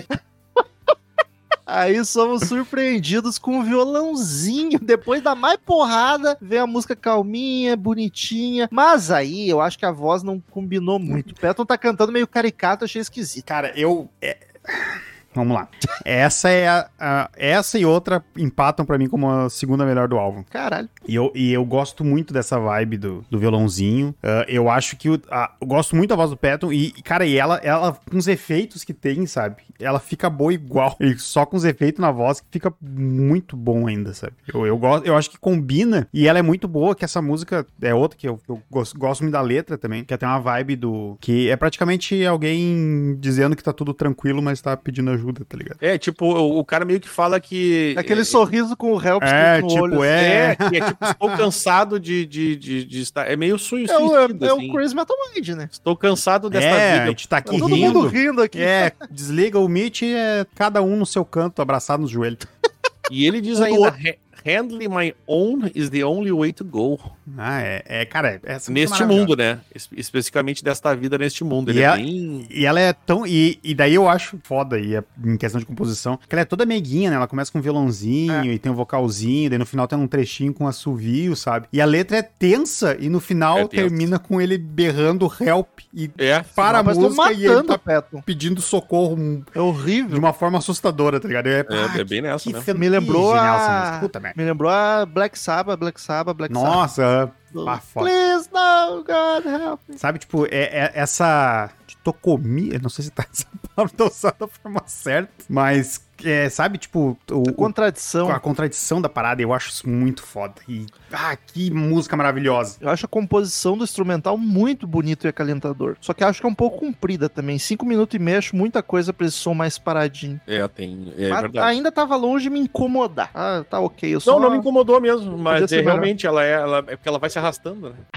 Aí somos surpreendidos com um violãozinho. Depois da mais porrada, vem a música calminha, bonitinha. Mas aí eu acho que a voz não combinou muito. O Patton tá cantando meio caricato, achei esquisito. Cara, vamos lá. Essa é essa e outra empatam pra mim como a segunda melhor do álbum. Caralho. E eu gosto muito dessa vibe do violãozinho. Eu acho que eu gosto muito da voz do Patton. E, cara, ela com os efeitos que tem, sabe? Ela fica boa igual. E só com os efeitos na voz que fica muito bom ainda, sabe? Eu acho que combina. E ela é muito boa, que essa música é outra que eu gosto muito da letra também. Que tem uma vibe que é praticamente alguém dizendo que tá tudo tranquilo, mas tá pedindo ajuda, tá ligado? É, tipo, o cara meio que fala que... Aquele sorriso com o help no tipo, olho. Que é tipo, estou cansado de estar... É meio suicida, É assim. o Crazy Metal Mind, né? Estou cansado desta A vida. gente tá aqui Todo mundo rindo. rindo aqui. Desliga o Meet e cada um no seu canto, abraçado nos joelhos. E ele diz ainda... Handling my own is the only way to go. Cara, essa Neste mundo, né? Especificamente desta vida neste mundo. Ele é bem... E ela é tão... E daí eu acho foda, em questão de composição, que ela é toda meiguinha, né? Ela começa com um violãozinho e tem um vocalzinho, daí no final tem um trechinho com assovio, sabe? E a letra é tensa e no final termina com ele berrando help e para a música e ele tá pedindo socorro é horrível. de uma forma assustadora, tá ligado? É bem nessa, né? Me lembrou genial essa música. Puta merda. Me lembrou a Black Sabbath. Nossa, Ah, foda. Please, no, God help me. Sabe, tipo, essa dicotomia, eu não sei se tá essa palavra tá usada da forma certa, mas, sabe, tipo, Contradição. a contradição da parada, eu acho isso muito foda. E, que música maravilhosa. Eu acho a composição do instrumental muito bonito e acalentador. Só que acho que é um pouco comprida também. 5 minutos e meio, acho muita coisa pra esse som mais paradinho. É Mas verdade. ainda tava longe de me incomodar. Ah, tá ok. Eu só... Não me incomodou mesmo, mas Podia ser realmente ela é porque ela vai se arrastando, né?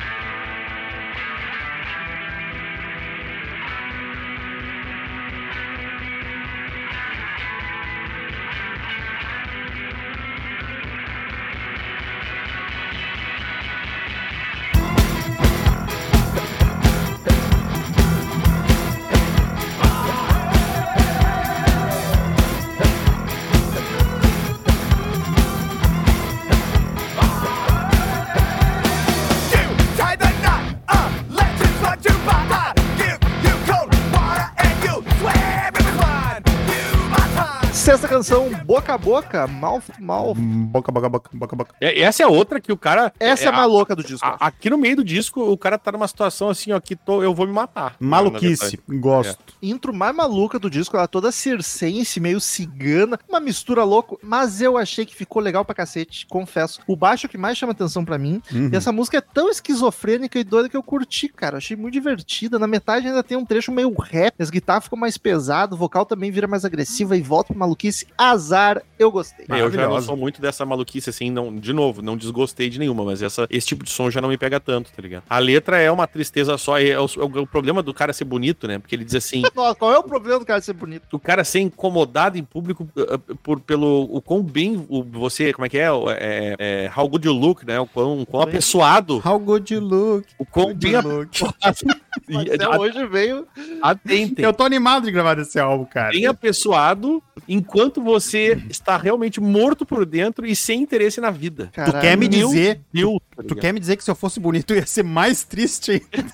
Tie the knot, legends run to my heart. Give you cold water and you swear it was mine. You my time. Sexta canção, Boca a Boca, Mouth to Mouth. Boca, boca, boca, boca, boca. Essa é outra que o cara... Essa é a mais louca do disco. Aqui no meio do disco, o cara tá numa situação assim, ó, que eu vou me matar. Maluquice, gosto. Intro mais maluca do disco, ela toda circense, meio cigana, uma mistura louca, mas eu achei que ficou legal pra cacete, confesso. O baixo é o que mais chama atenção pra mim, e essa música é tão esquizofrênica e doida que eu curti, cara, achei muito divertida. Na metade ainda tem um trecho meio rap, as guitarras ficam mais pesadas, o vocal também vira mais agressiva e volta pra maluquice, azar, eu gostei. Eu já não sou muito dessa maluquice, assim, de novo, não desgostei de nenhuma, mas esse tipo de som já não me pega tanto, tá ligado? A letra é uma tristeza só, o problema do cara ser bonito, né? Porque ele diz assim, Nossa, qual é o problema do cara ser bonito? o cara ser incomodado em público pelo o quão bem você, como é que é? How good you look, né? O quão apessoado, How good you look. o quão Good bem you look. Até hoje veio... atentem. Eu tô animado de gravar desse álbum, cara. Bem apessoado, enquanto você está realmente morto por dentro e sem interesse na vida. Tu quer me Meu dizer... Deus, tá Tu ligado? quer me dizer que se eu fosse bonito eu ia ser mais triste ainda?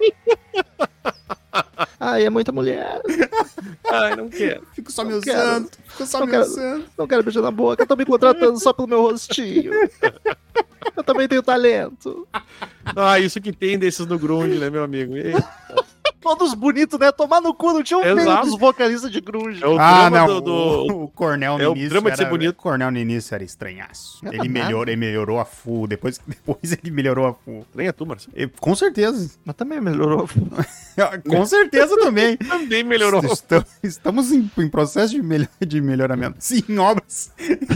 Ai, é muita mulher. Ai, não quero. Fico só me Não usando. Fico só Não me quero. usando. Não quero beijar na boca, eu tô me contratando só pelo meu rostinho. Eu também tenho talento. Ah, isso que tem desses no grunge, né, meu amigo? Todos bonitos, né? Tomar no cu, não tinha um meio Exato. dos vocalistas de grunge. É o Ah, drama não. do O Cornel no é o início drama de ser bonito. O Cornel no início era estranhaço. Era Ele nada. melhorou a full. Depois ele melhorou a full. Nem a tu, Marcelo. Com certeza. Mas também melhorou. Com certeza também. Também melhorou. Estamos em processo de melhoramento. Sim, em obras.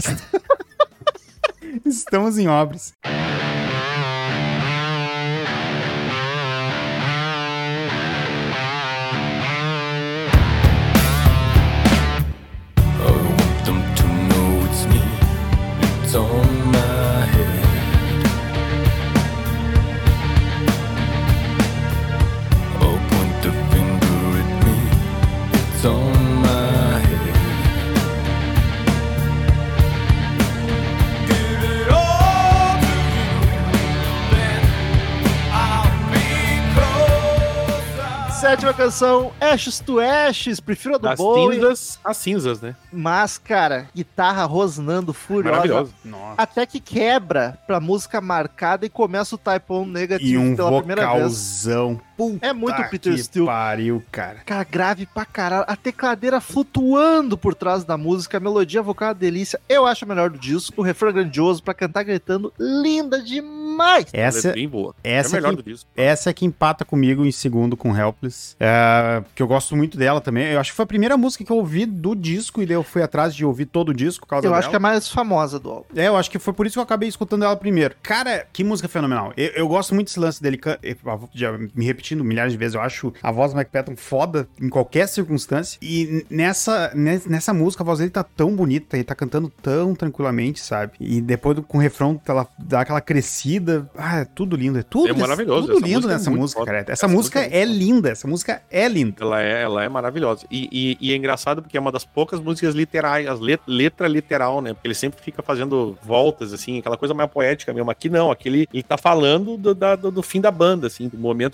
Estamos em obras. I want them to know it's me. It's on my head. Oh, point the finger at me. It's on my head. Give it all to you, then I'll be closer. Sétima canção, Ashes to Ashes. Prefiro a do Das Bowie. cinzas às cinzas, né? Mas, cara, guitarra rosnando, furiosa. Maravilhoso. Nossa. Até que quebra pra música marcada e começa o Type 1 E negativo um pela primeira vez. vocalzão. Puta É muito Peter que Steele. pariu, cara. Cara, grave pra caralho. A tecladeira flutuando por trás da música. A melodia vocal é uma delícia. Eu acho a melhor do disco. O refrão é grandioso pra cantar gritando. Linda demais. Essa, Ela é bem boa. essa é a melhor que- do disco. essa é que empata comigo em segundo com Helpless. Que eu gosto muito dela também. Eu acho que foi a primeira música que eu ouvi do disco e daí eu fui atrás de ouvir todo o disco por causa Eu dela. acho que é a mais famosa do álbum. Eu acho que foi por isso que eu acabei escutando ela primeiro. Cara, que música fenomenal. Eu gosto muito desse lance dele, já me repetindo milhares de vezes, eu acho a voz do Mike Patton foda em qualquer circunstância. E nessa música a voz dele tá tão bonita, ele tá cantando tão tranquilamente, sabe? E depois com o refrão ela dá aquela crescida. Ah, é tudo lindo. É tudo, É maravilhoso. tudo Essa lindo música é nessa muito música, foda. cara. Essa Essa música música é é muito linda. Essa música é linda. Ela é maravilhosa. E é engraçado porque é uma das poucas músicas literais, letra literal, né? Porque ele sempre fica fazendo voltas, assim, aquela coisa mais poética mesmo. Aqui não, aqui ele tá falando do fim da banda, assim, do momento que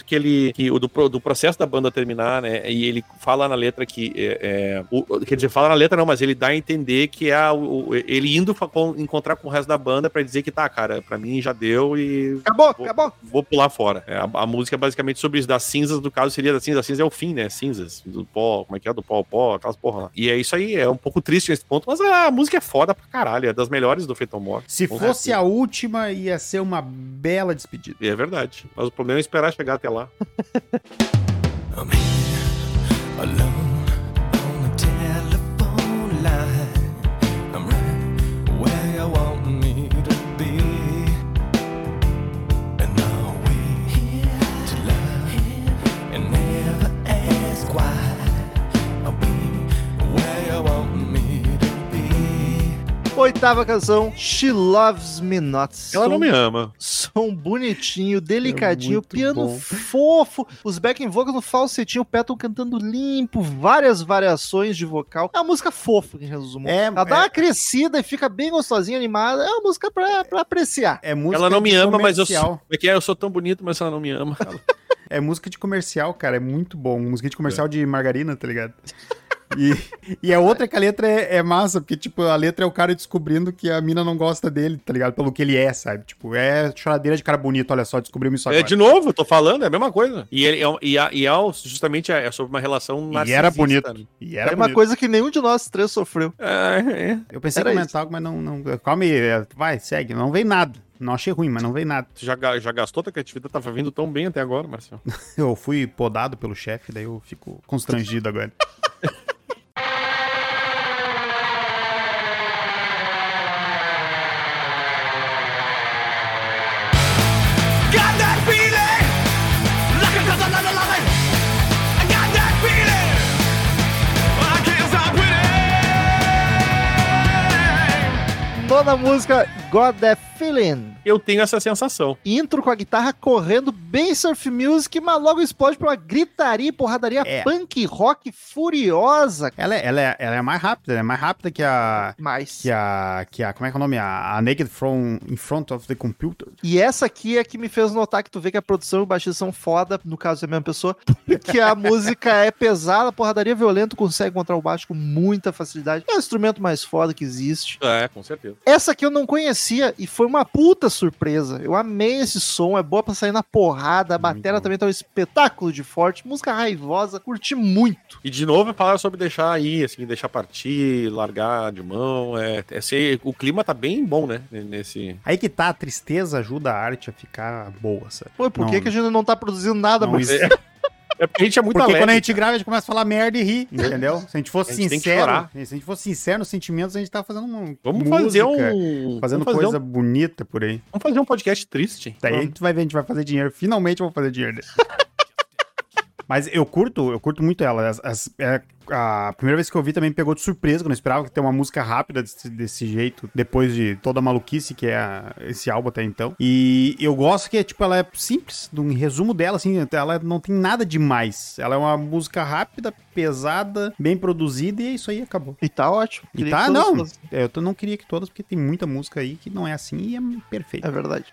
do processo da banda terminar, né? E ele fala na letra que quer dizer, fala na letra não, mas ele dá a entender que ele indo encontrar com o resto da banda pra dizer que tá, cara, pra mim já deu e Acabou. vou pular fora. A música é basicamente sobre isso, das cinzas, no caso seria das cinzas é o fim, né? Cinzas, do pó, como é que é? Do pó ao pó, aquelas porra lá. E é isso aí, é um pouco triste nesse ponto, mas a música é foda pra caralho, é das melhores do Phantom More. Se fosse a última, ia ser uma bela despedida. É verdade, mas o problema é esperar chegar até lá. I'm here alone on the telephone line. I'm right where you want me to be. And I'll wait to love and never ask why. I'll be where you want me to be. Oitava canção, She Loves Me Not. Ela não me ama. Som bonitinho, delicadinho, muito piano bom. fofo, os backing vocals no falsetinho, o Patton cantando limpo, várias variações de vocal. É uma música fofa, em resumo. Ela dá uma crescida e fica bem gostosinha, animada. É uma música pra apreciar. É música Ela não me de ama, mas comercial. eu sou tão bonito, mas ela não me ama. É música de comercial, cara. É muito bom. Música de comercial de margarina, tá ligado? E a outra que a letra é massa, porque, tipo, a letra é o cara descobrindo que a mina não gosta dele, tá ligado? Pelo que ele é, sabe? Tipo, é choradeira de cara bonito, olha só, descobrimos isso agora. De novo, eu tô falando, é a mesma coisa. Justamente é sobre uma relação narcisista. E era bonito. Né? E era É uma bonito. coisa que nenhum de nós três sofreu. Eu pensei em Era comentar algo, mas não. Calma aí, vai, segue. Não veio nada. Não achei ruim, mas não veio nada. Tu já gastou tua criatividade, tava vindo tão bem até agora, Marcelo. Eu fui podado pelo chefe, daí eu fico constrangido agora. Got that feeling, like a loving. I got that feeling, I can't stop winning. Toda a música Got That Feeling. Eu tenho essa sensação. Intro com a guitarra correndo, bem surf music, mas logo explode pra uma gritaria e porradaria punk rock furiosa. Ela é mais rápida, é mais rápida que a... Mas... como é que é o nome? A Naked From In Front of the Computer. E essa aqui é que me fez notar que tu vê que a produção e o baixista são foda, no caso é a mesma pessoa, que a música é pesada, a porradaria violenta, consegue encontrar o baixo com muita facilidade. É o instrumento mais foda que existe. É, com certeza. Essa aqui eu não conhecia e foi uma puta surpresa. Eu amei esse som, é boa pra sair na porrada, a bateria também tá um espetáculo de forte, música raivosa, curti muito. E de novo falar sobre deixar aí, assim, deixar partir, largar de mão, o clima tá bem bom, né, nesse... Aí que tá, a tristeza ajuda a arte a ficar boa, sabe? Pô, por que a gente não tá produzindo nada, não mas... É porque a gente é muito Porque alegre. quando a gente grava, a gente começa a falar merda e rir, entendeu? Se a gente fosse A gente tem que sincero, chorar. se a gente fosse sincero nos sentimentos, a gente tá fazendo uma Vamos música, fazer fazendo coisa bonita por aí. Vamos fazer um podcast triste. Daí a gente vai ver, a gente vai fazer dinheiro. Finalmente eu vou fazer dinheiro. Mas eu curto muito ela. A primeira vez que eu ouvi também me pegou de surpresa, que eu não esperava que ter uma música rápida desse jeito, depois de toda a maluquice que é esse álbum até então. E eu gosto que, tipo, ela é simples, em resumo dela, assim, ela não tem nada demais. Ela é uma música rápida, pesada, bem produzida, e é isso aí, acabou. E tá ótimo. E Queria tá, que todas não, fossem. eu não queria que todas, porque tem muita música aí que não é assim e é perfeito. É verdade.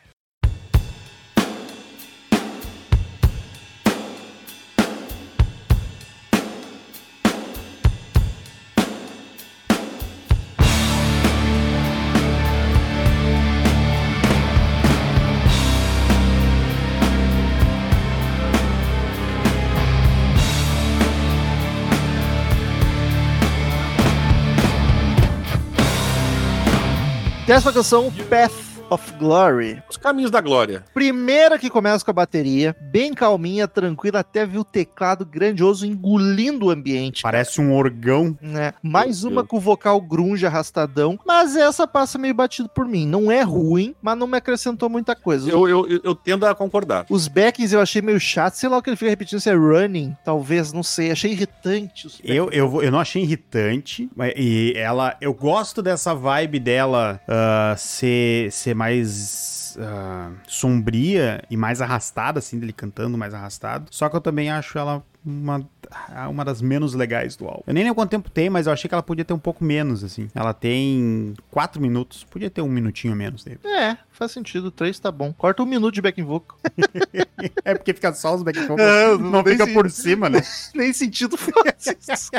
Décima canção, Path of Glory. Os caminhos da glória. Primeira que começa com a bateria, bem calminha, tranquila, até ver o teclado grandioso engolindo o ambiente. Parece um orgão. Né? Mais uma com o vocal grunge arrastadão, mas essa passa meio batido por mim. Não é ruim, mas não me acrescentou muita coisa. Eu tendo a concordar. Os backings eu achei meio chato, sei lá o que ele fica repetindo, se é running, talvez, não sei, achei irritante. Eu não achei irritante, e eu gosto dessa vibe dela ser mais sombria e mais arrastada, assim, dele cantando mais arrastado. Só que eu também acho ela uma das menos legais do álbum. Eu nem lembro quanto tempo tem, mas eu achei que ela podia ter um pouco menos, assim. Ela tem 4 minutos, podia ter um minutinho menos dele. Faz sentido, 3 tá bom. Corta 1 minuto de backing vocal. É porque fica só os back vocals, não fica por cima, né? Nem sentido faz isso.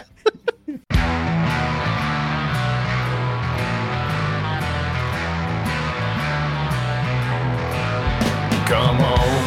Come on,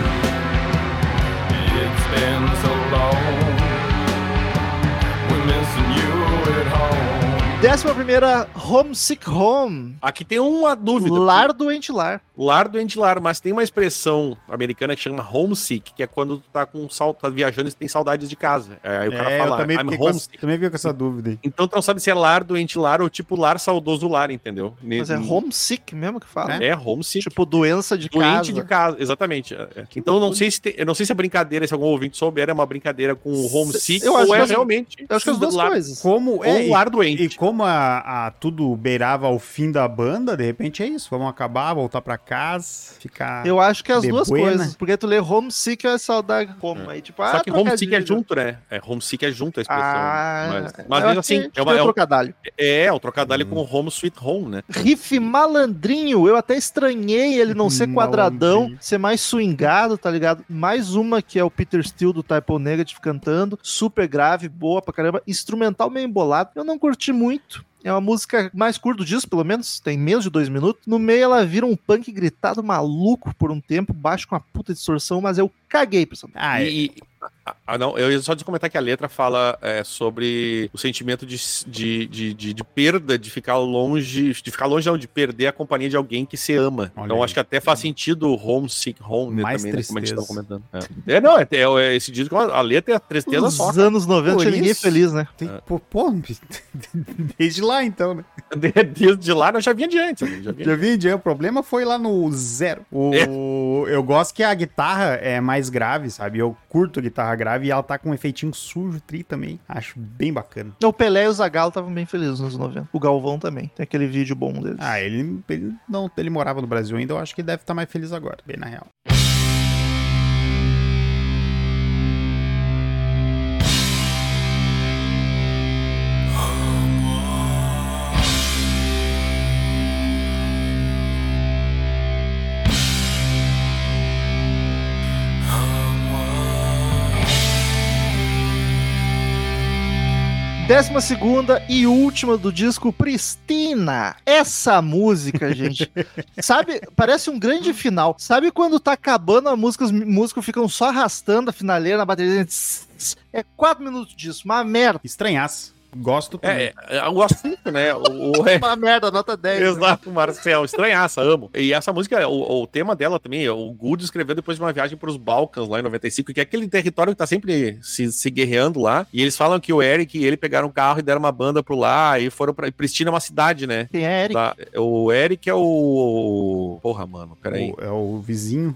it's been so long. We're missing you at home. 11ª, Homesick Home. Aqui tem uma dúvida. Lar doente lar. Lar doente lar, mas tem uma expressão americana que chama homesick, que é quando tu tá viajando e tem saudades de casa. Aí o cara fala, I'm homesick. Também fiquei com essa dúvida aí. Então tu não sabe se é lar doente lar ou tipo lar saudoso lar, entendeu? Mas é homesick mesmo que fala? É homesick. Tipo doença de casa. Doente de casa, exatamente. Então eu não sei se a brincadeira, se algum ouvinte souber, é uma brincadeira com o homesick Eu acho ou é que realmente Eu acho que as duas lar, coisas. Como ou lar doente. E como tudo beirava ao fim da banda, de repente é isso. Vamos acabar, voltar pra casa, ficar... Eu acho que é as de duas buena. coisas. Porque tu lê homesick é saudade home. Aí, tipo, Só que homesick é trocadilho. junto, né? Homesick é junto a expressão. Mas eu mesmo acho assim, que é um trocadilho. o trocadilho com home sweet home, né? Riff malandrinho, eu até estranhei ele não ser quadradão, Malandrinho. ser mais swingado, tá ligado? Mais uma que é o Peter Steele do Type O Negative cantando, super grave, boa pra caramba, instrumental meio embolado. Eu não curti muito. É uma música mais curta disso, pelo menos, tem menos de 2 minutos. No meio ela vira um punk gritado maluco por um tempo, baixo com uma puta distorção, mas eu caguei pra essa música. Não, eu ia só te comentar que a letra fala sobre o sentimento de perda, de ficar longe, não, de perder a companhia de alguém que se ama. Olha então aí. acho que até faz sentido homesick home, né, Mais também, né, como a gente tristeza. tava comentando. Esse disco, a letra é a tristeza só. Os anos 90 Por tinha ninguém isso. feliz, né? Desde lá então, né? Desde lá, eu já vinha de antes. Já vi, o problema foi lá no 0. Eu gosto que a guitarra é mais grave, sabe? Eu curto a guitarra grave e ela tá com um efeitinho sujo, tri também. Acho bem bacana. O Pelé e o Zagallo estavam bem felizes nos 90. O Galvão também. Tem aquele vídeo bom deles. Ele morava no Brasil ainda, eu acho que ele deve estar mais feliz agora, bem na real. Décima segunda e última do disco, Pristina. Essa música, gente, sabe, parece um grande final. Sabe quando tá acabando a música, os músicos ficam só arrastando a finaleira na bateria? É 4 minutos disso, uma merda. Estranhaço. Gosto também. Eu gosto muito, né? Uma merda, nota 10. Exato, Marcel, estranhaça, amo. E essa música, o tema dela também, o Good escreveu depois de uma viagem para os Balcãs lá em 95, que é aquele território que tá sempre se guerreando lá. E eles falam que o Eric e ele pegaram um carro e deram uma banda pro lá e foram pra Pristina, uma cidade, né? Quem é Eric? O Eric é o... Porra, mano, peraí. É o vizinho.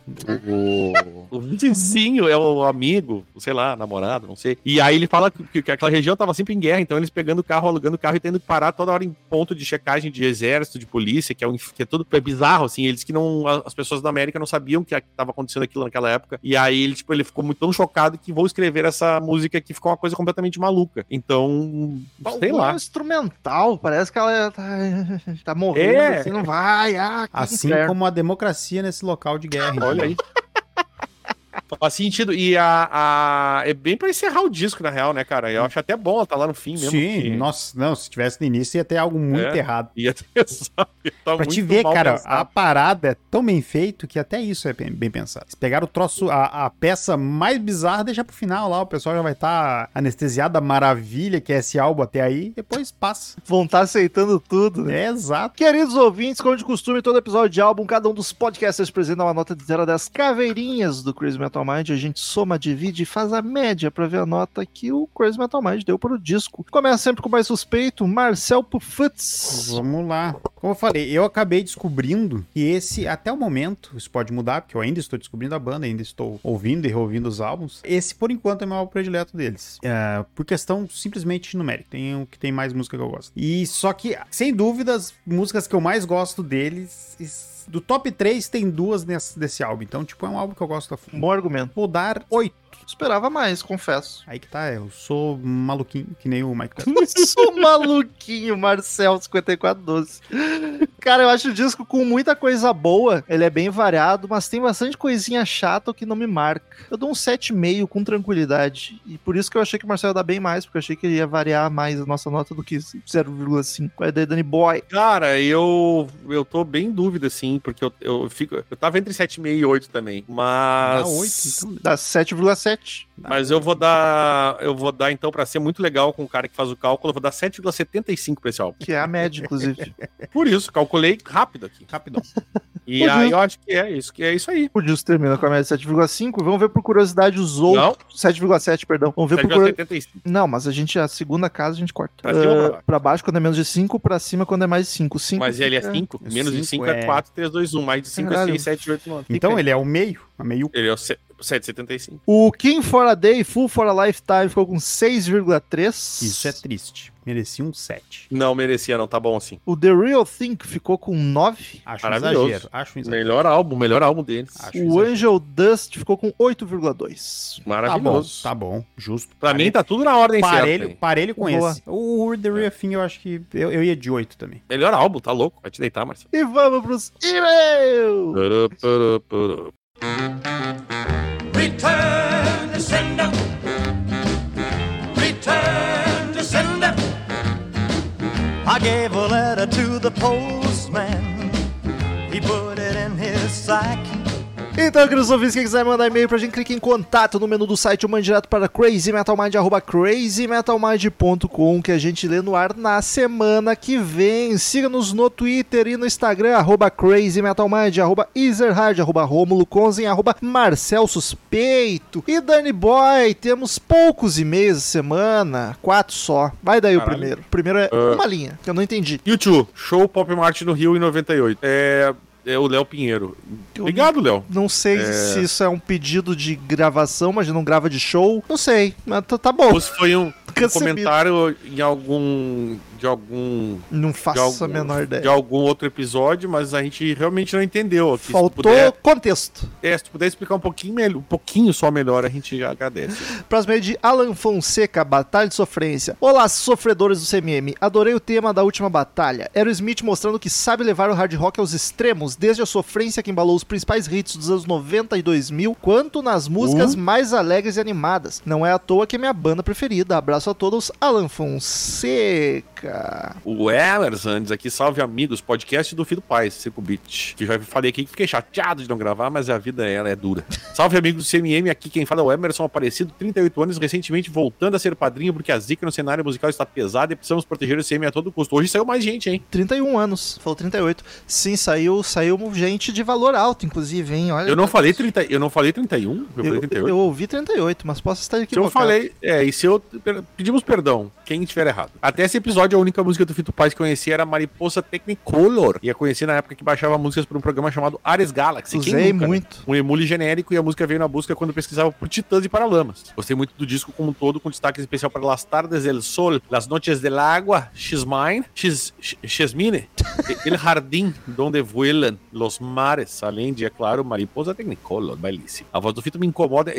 O vizinho é o amigo, sei lá, namorado, não sei. E aí ele fala que aquela região tava sempre em guerra, então eles pegando o carro, alugando o carro e tendo que parar toda hora em ponto de checagem de exército, de polícia, que é tudo bizarro, assim. Eles que não... As pessoas da América não sabiam que tava acontecendo aquilo naquela época. E aí ele ficou muito tão chocado que vou escrever essa música que ficou uma coisa completamente maluca. Então, sei lá. É um instrumental, parece que ela tá morrendo, assim, não vai. Assim inferno. como a democracia nesse local de guerra. Olha aí. Faz sentido. E é bem pra encerrar o disco, na real, né, cara? Eu acho até bom ela tá lá no fim mesmo. Sim, nossa, não, se tivesse no início ia ter algo muito errado. Ia ter, sabe? Tá Pra te muito ver, mal cara, pensado. a parada é tão bem feito que até isso é bem pensado. Se pegar o troço, a peça mais bizarra, deixa pro final lá, o pessoal já vai estar anestesiado da maravilha que é esse álbum até aí, depois passa. Vão estar aceitando tudo, né? É exato. Queridos ouvintes, como de costume, todo episódio de álbum, cada um dos podcasters apresenta uma nota de 0 a 10 caveirinhas do Crazy Metal Mind. A gente soma, divide e faz a média pra ver a nota que o Crazy Metal Mind deu para o disco. Começa sempre com o mais suspeito, Marcel Pufutz. Vamos lá. Como eu falei, eu acabei descobrindo que esse, até o momento, isso pode mudar, porque eu ainda estou descobrindo a banda, ainda estou ouvindo e reouvindo os álbuns. Esse, por enquanto, é o meu álbum predileto deles. Por questão simplesmente numérica. Tem um que tem mais música que eu gosto. E só que, sem dúvidas, músicas que eu mais gosto deles... Do top 3 tem 2 desse álbum. Então, tipo, é um álbum que eu gosto a fundo. Bom argumento. Vou dar 8. Esperava mais, confesso. Aí que tá, eu sou maluquinho, que nem o Mike. Sou maluquinho, Marcel 5412. Cara, eu acho o disco com muita coisa boa. Ele é bem variado, mas tem bastante coisinha chata que não me marca. Eu dou um 7,5 com tranquilidade. E por isso que eu achei que o Marcel ia dar bem mais, porque eu achei que ele ia variar mais a nossa nota do que 0,5. Qual é a ideia, Danny Boy? Cara, eu tô bem em dúvida, assim, porque eu tava entre 7,5 e 8 também, mas... Dá 8, então. Dá 7,7. Mas eu vou dar, então, pra ser muito legal com o cara que faz o cálculo, eu vou dar 7,75 pra esse álbum. Que é a média, inclusive. Por isso, calculei rápido aqui. Rapidão. E aí eu acho que é isso aí. O disco termina com a média de 7,5. Vamos ver por curiosidade os outros. 7,7, perdão. Vamos ver por curiosidade. 7,75. Não, mas a segunda casa a gente corta. Pra cima ou pra baixo? Pra baixo quando é menos de 5, pra cima quando é mais de 5. Mas ele é 5? Menos de 5 é 4, 3, 2, 1. Mais de 5 é Caralho. 6, 7, 8, 9. Então ele é o meio. A meio. Ele é o 7,75. O King for a Day, Full for a Lifetime ficou com 6,3. Isso é triste. Merecia um 7. Não merecia, não. Tá bom assim. O The Real Thing ficou com 9. Acho um Maravilhoso. exagero. Acho um exagero. Melhor álbum deles. Acho um O exagero. Angel Dust ficou com 8,2. Tá bom, Maravilhoso. tá bom. Justo. Pra mim tá tudo na ordem Parelho, certa. parelho com Boa. esse. O The Real Thing eu acho que... Eu ia de 8 também. Melhor álbum, tá louco? Vai te deitar, Marcelo. E vamos pros e-mails. Return to sender. Return to sender. I gave a letter to the postman. He put it in his sack. Então, queridos ouvintes, quem quiser mandar e-mail pra gente, clique em contato no menu do site ou mande direto para crazymetalmind@crazymetalmind.com, que a gente lê no ar na semana que vem. Siga-nos no Twitter e no Instagram, @crazymetalmind, @ezerhard, @romulo conzen, @marcel suspeito. E Danny Boy, temos poucos e-mails essa semana, 4 só. Vai daí o primeiro. O primeiro é uma linha, que eu não entendi. YouTube, show Pop Mart no Rio em 98. É o Léo Pinheiro. Obrigado, Léo. Não sei se isso é um pedido de gravação, mas não grava de show. Não sei, mas tá bom. Ou se foi um Concebido. comentário em algum... Não faço a menor ideia. De algum outro episódio, mas a gente realmente não entendeu. Aqui, Faltou contexto. se tu puder explicar um pouquinho só melhor, a gente já agradece. Próximo é de Alan Fonseca, Batalha de Sofrência. Olá, sofredores do CMM. Adorei o tema da última batalha. Aerosmith mostrando que sabe levar o hard rock aos extremos, desde a sofrência que embalou os principais hits dos anos 90 e 2000, quanto nas músicas mais alegres e animadas. Não é à toa que é minha banda preferida. Abraço a todos, Alan Fonseca. O Emerson diz aqui, salve amigos, podcast do Filho Paz, Circo Beat. Que já falei aqui que fiquei chateado de não gravar, mas a vida ela é dura. Salve amigos do CMM, aqui quem fala é o Emerson Aparecido, 38 anos, recentemente voltando a ser padrinho, porque a zica no cenário musical está pesada e precisamos proteger o CMM a todo custo. Hoje saiu mais gente, hein? 31 anos, falou 38. Sim, saiu gente de valor alto, inclusive, hein? Olha, Eu não falei 31? Eu falei 38? Eu ouvi 38, mas posso estar Se eu equivocado. falei, e se eu pedimos perdão, quem estiver errado. Até esse episódio, a única música do Fito Paz que eu conhecia era Mariposa Technicolor. E a conheci na época que baixava músicas para um programa chamado Ares Galaxy. Usei muito. Né? Um emule genérico, e a música veio na busca quando pesquisava por Titãs e Paralamas. Gostei muito do disco como um todo, com destaque especial para Las Tardes del Sol, Las Noches del Agua, She's Mine, She's Mine, El Jardín, Donde Vuelan Los Mares, além de, é claro, Mariposa Technicolor, belíssimo. A voz do Fito me incomoda,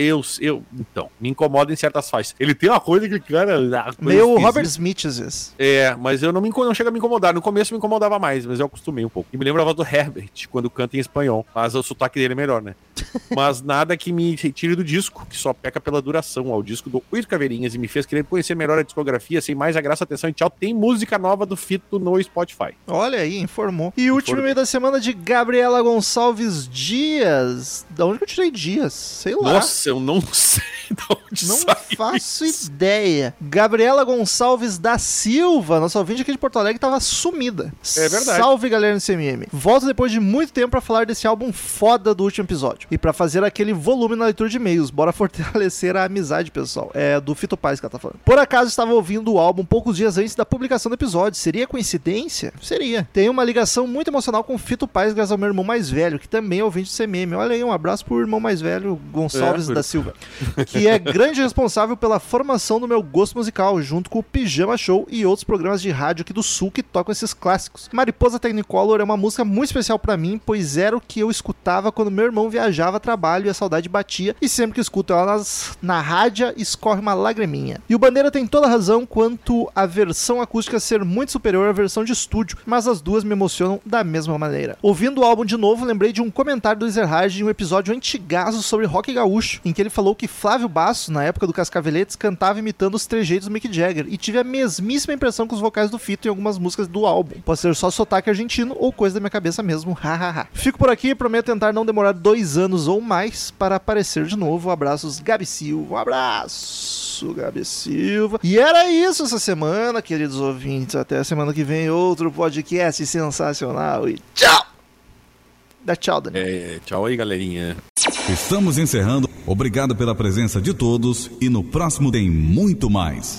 me incomoda em certas faixas. Ele tem uma coisa que, cara... Meio Robert Smith, às vezes. Mas eu não chega a me incomodar. No começo me incomodava mais, mas eu acostumei um pouco. E me lembra a voz do Herbert, quando canta em espanhol. Mas o sotaque dele é melhor, né? Mas nada que me tire do disco, que só peca pela duração. Ao disco do 8 Caveirinhas e me fez querer conhecer melhor a discografia. Sem mais, agradeço, atenção e tchau. Tem música nova do Fito no Spotify. Olha aí, informou. E o último e-mail da semana de Gabriela Gonçalves Dias. Da onde que eu tirei Dias? Sei lá. Nossa, eu não sei de onde Não saiu faço isso. ideia. Gabriela Gonçalves da Silva, nossa ouvinte aqui de Porto Alegre, tava sumida. É verdade. Salve, galera do CMM. Volto depois de muito tempo pra falar desse álbum foda do último episódio. E pra fazer aquele volume na leitura de e-mails. Bora fortalecer a amizade, pessoal. É do Fito Paz que ela tá falando. Por acaso estava ouvindo o álbum poucos dias antes da publicação do episódio. Seria coincidência? Seria. Tem uma ligação muito emocional com o Fito Paz, graças ao meu irmão mais velho, que também é ouvinte do CMM. Olha aí, um abraço pro irmão mais velho, Gonçalves da Silva. Que é grande responsável pela formação do meu gosto musical, junto com o Pijama Show e outros programas de rádio aqui do Sul que tocam esses clássicos. Mariposa Technicolor é uma música muito especial pra mim, pois era o que eu escutava quando meu irmão viajava dava trabalho e a saudade batia, e sempre que escuto ela na rádio, escorre uma lagriminha. E o Bandeira tem toda a razão quanto a versão acústica ser muito superior à versão de estúdio, mas as duas me emocionam da mesma maneira. Ouvindo o álbum de novo, lembrei de um comentário do Ezerhard em um episódio antigaço sobre rock gaúcho, em que ele falou que Flávio Basso, na época do Cascaveletes, cantava imitando os trejeitos do Mick Jagger, e tive a mesmíssima impressão com os vocais do Fito em algumas músicas do álbum. Pode ser só sotaque argentino ou coisa da minha cabeça mesmo, hahaha. Fico por aqui e prometo tentar não demorar 2 anos ou mais para aparecer de novo. Abraços, Gabi Silva. Um abraço, Gabi Silva. E era isso essa semana, queridos ouvintes. Até a semana que vem, outro podcast sensacional. E tchau! Dá tchau, Daniel. Tchau aí, galerinha. Estamos encerrando. Obrigado pela presença de todos e no próximo tem muito mais.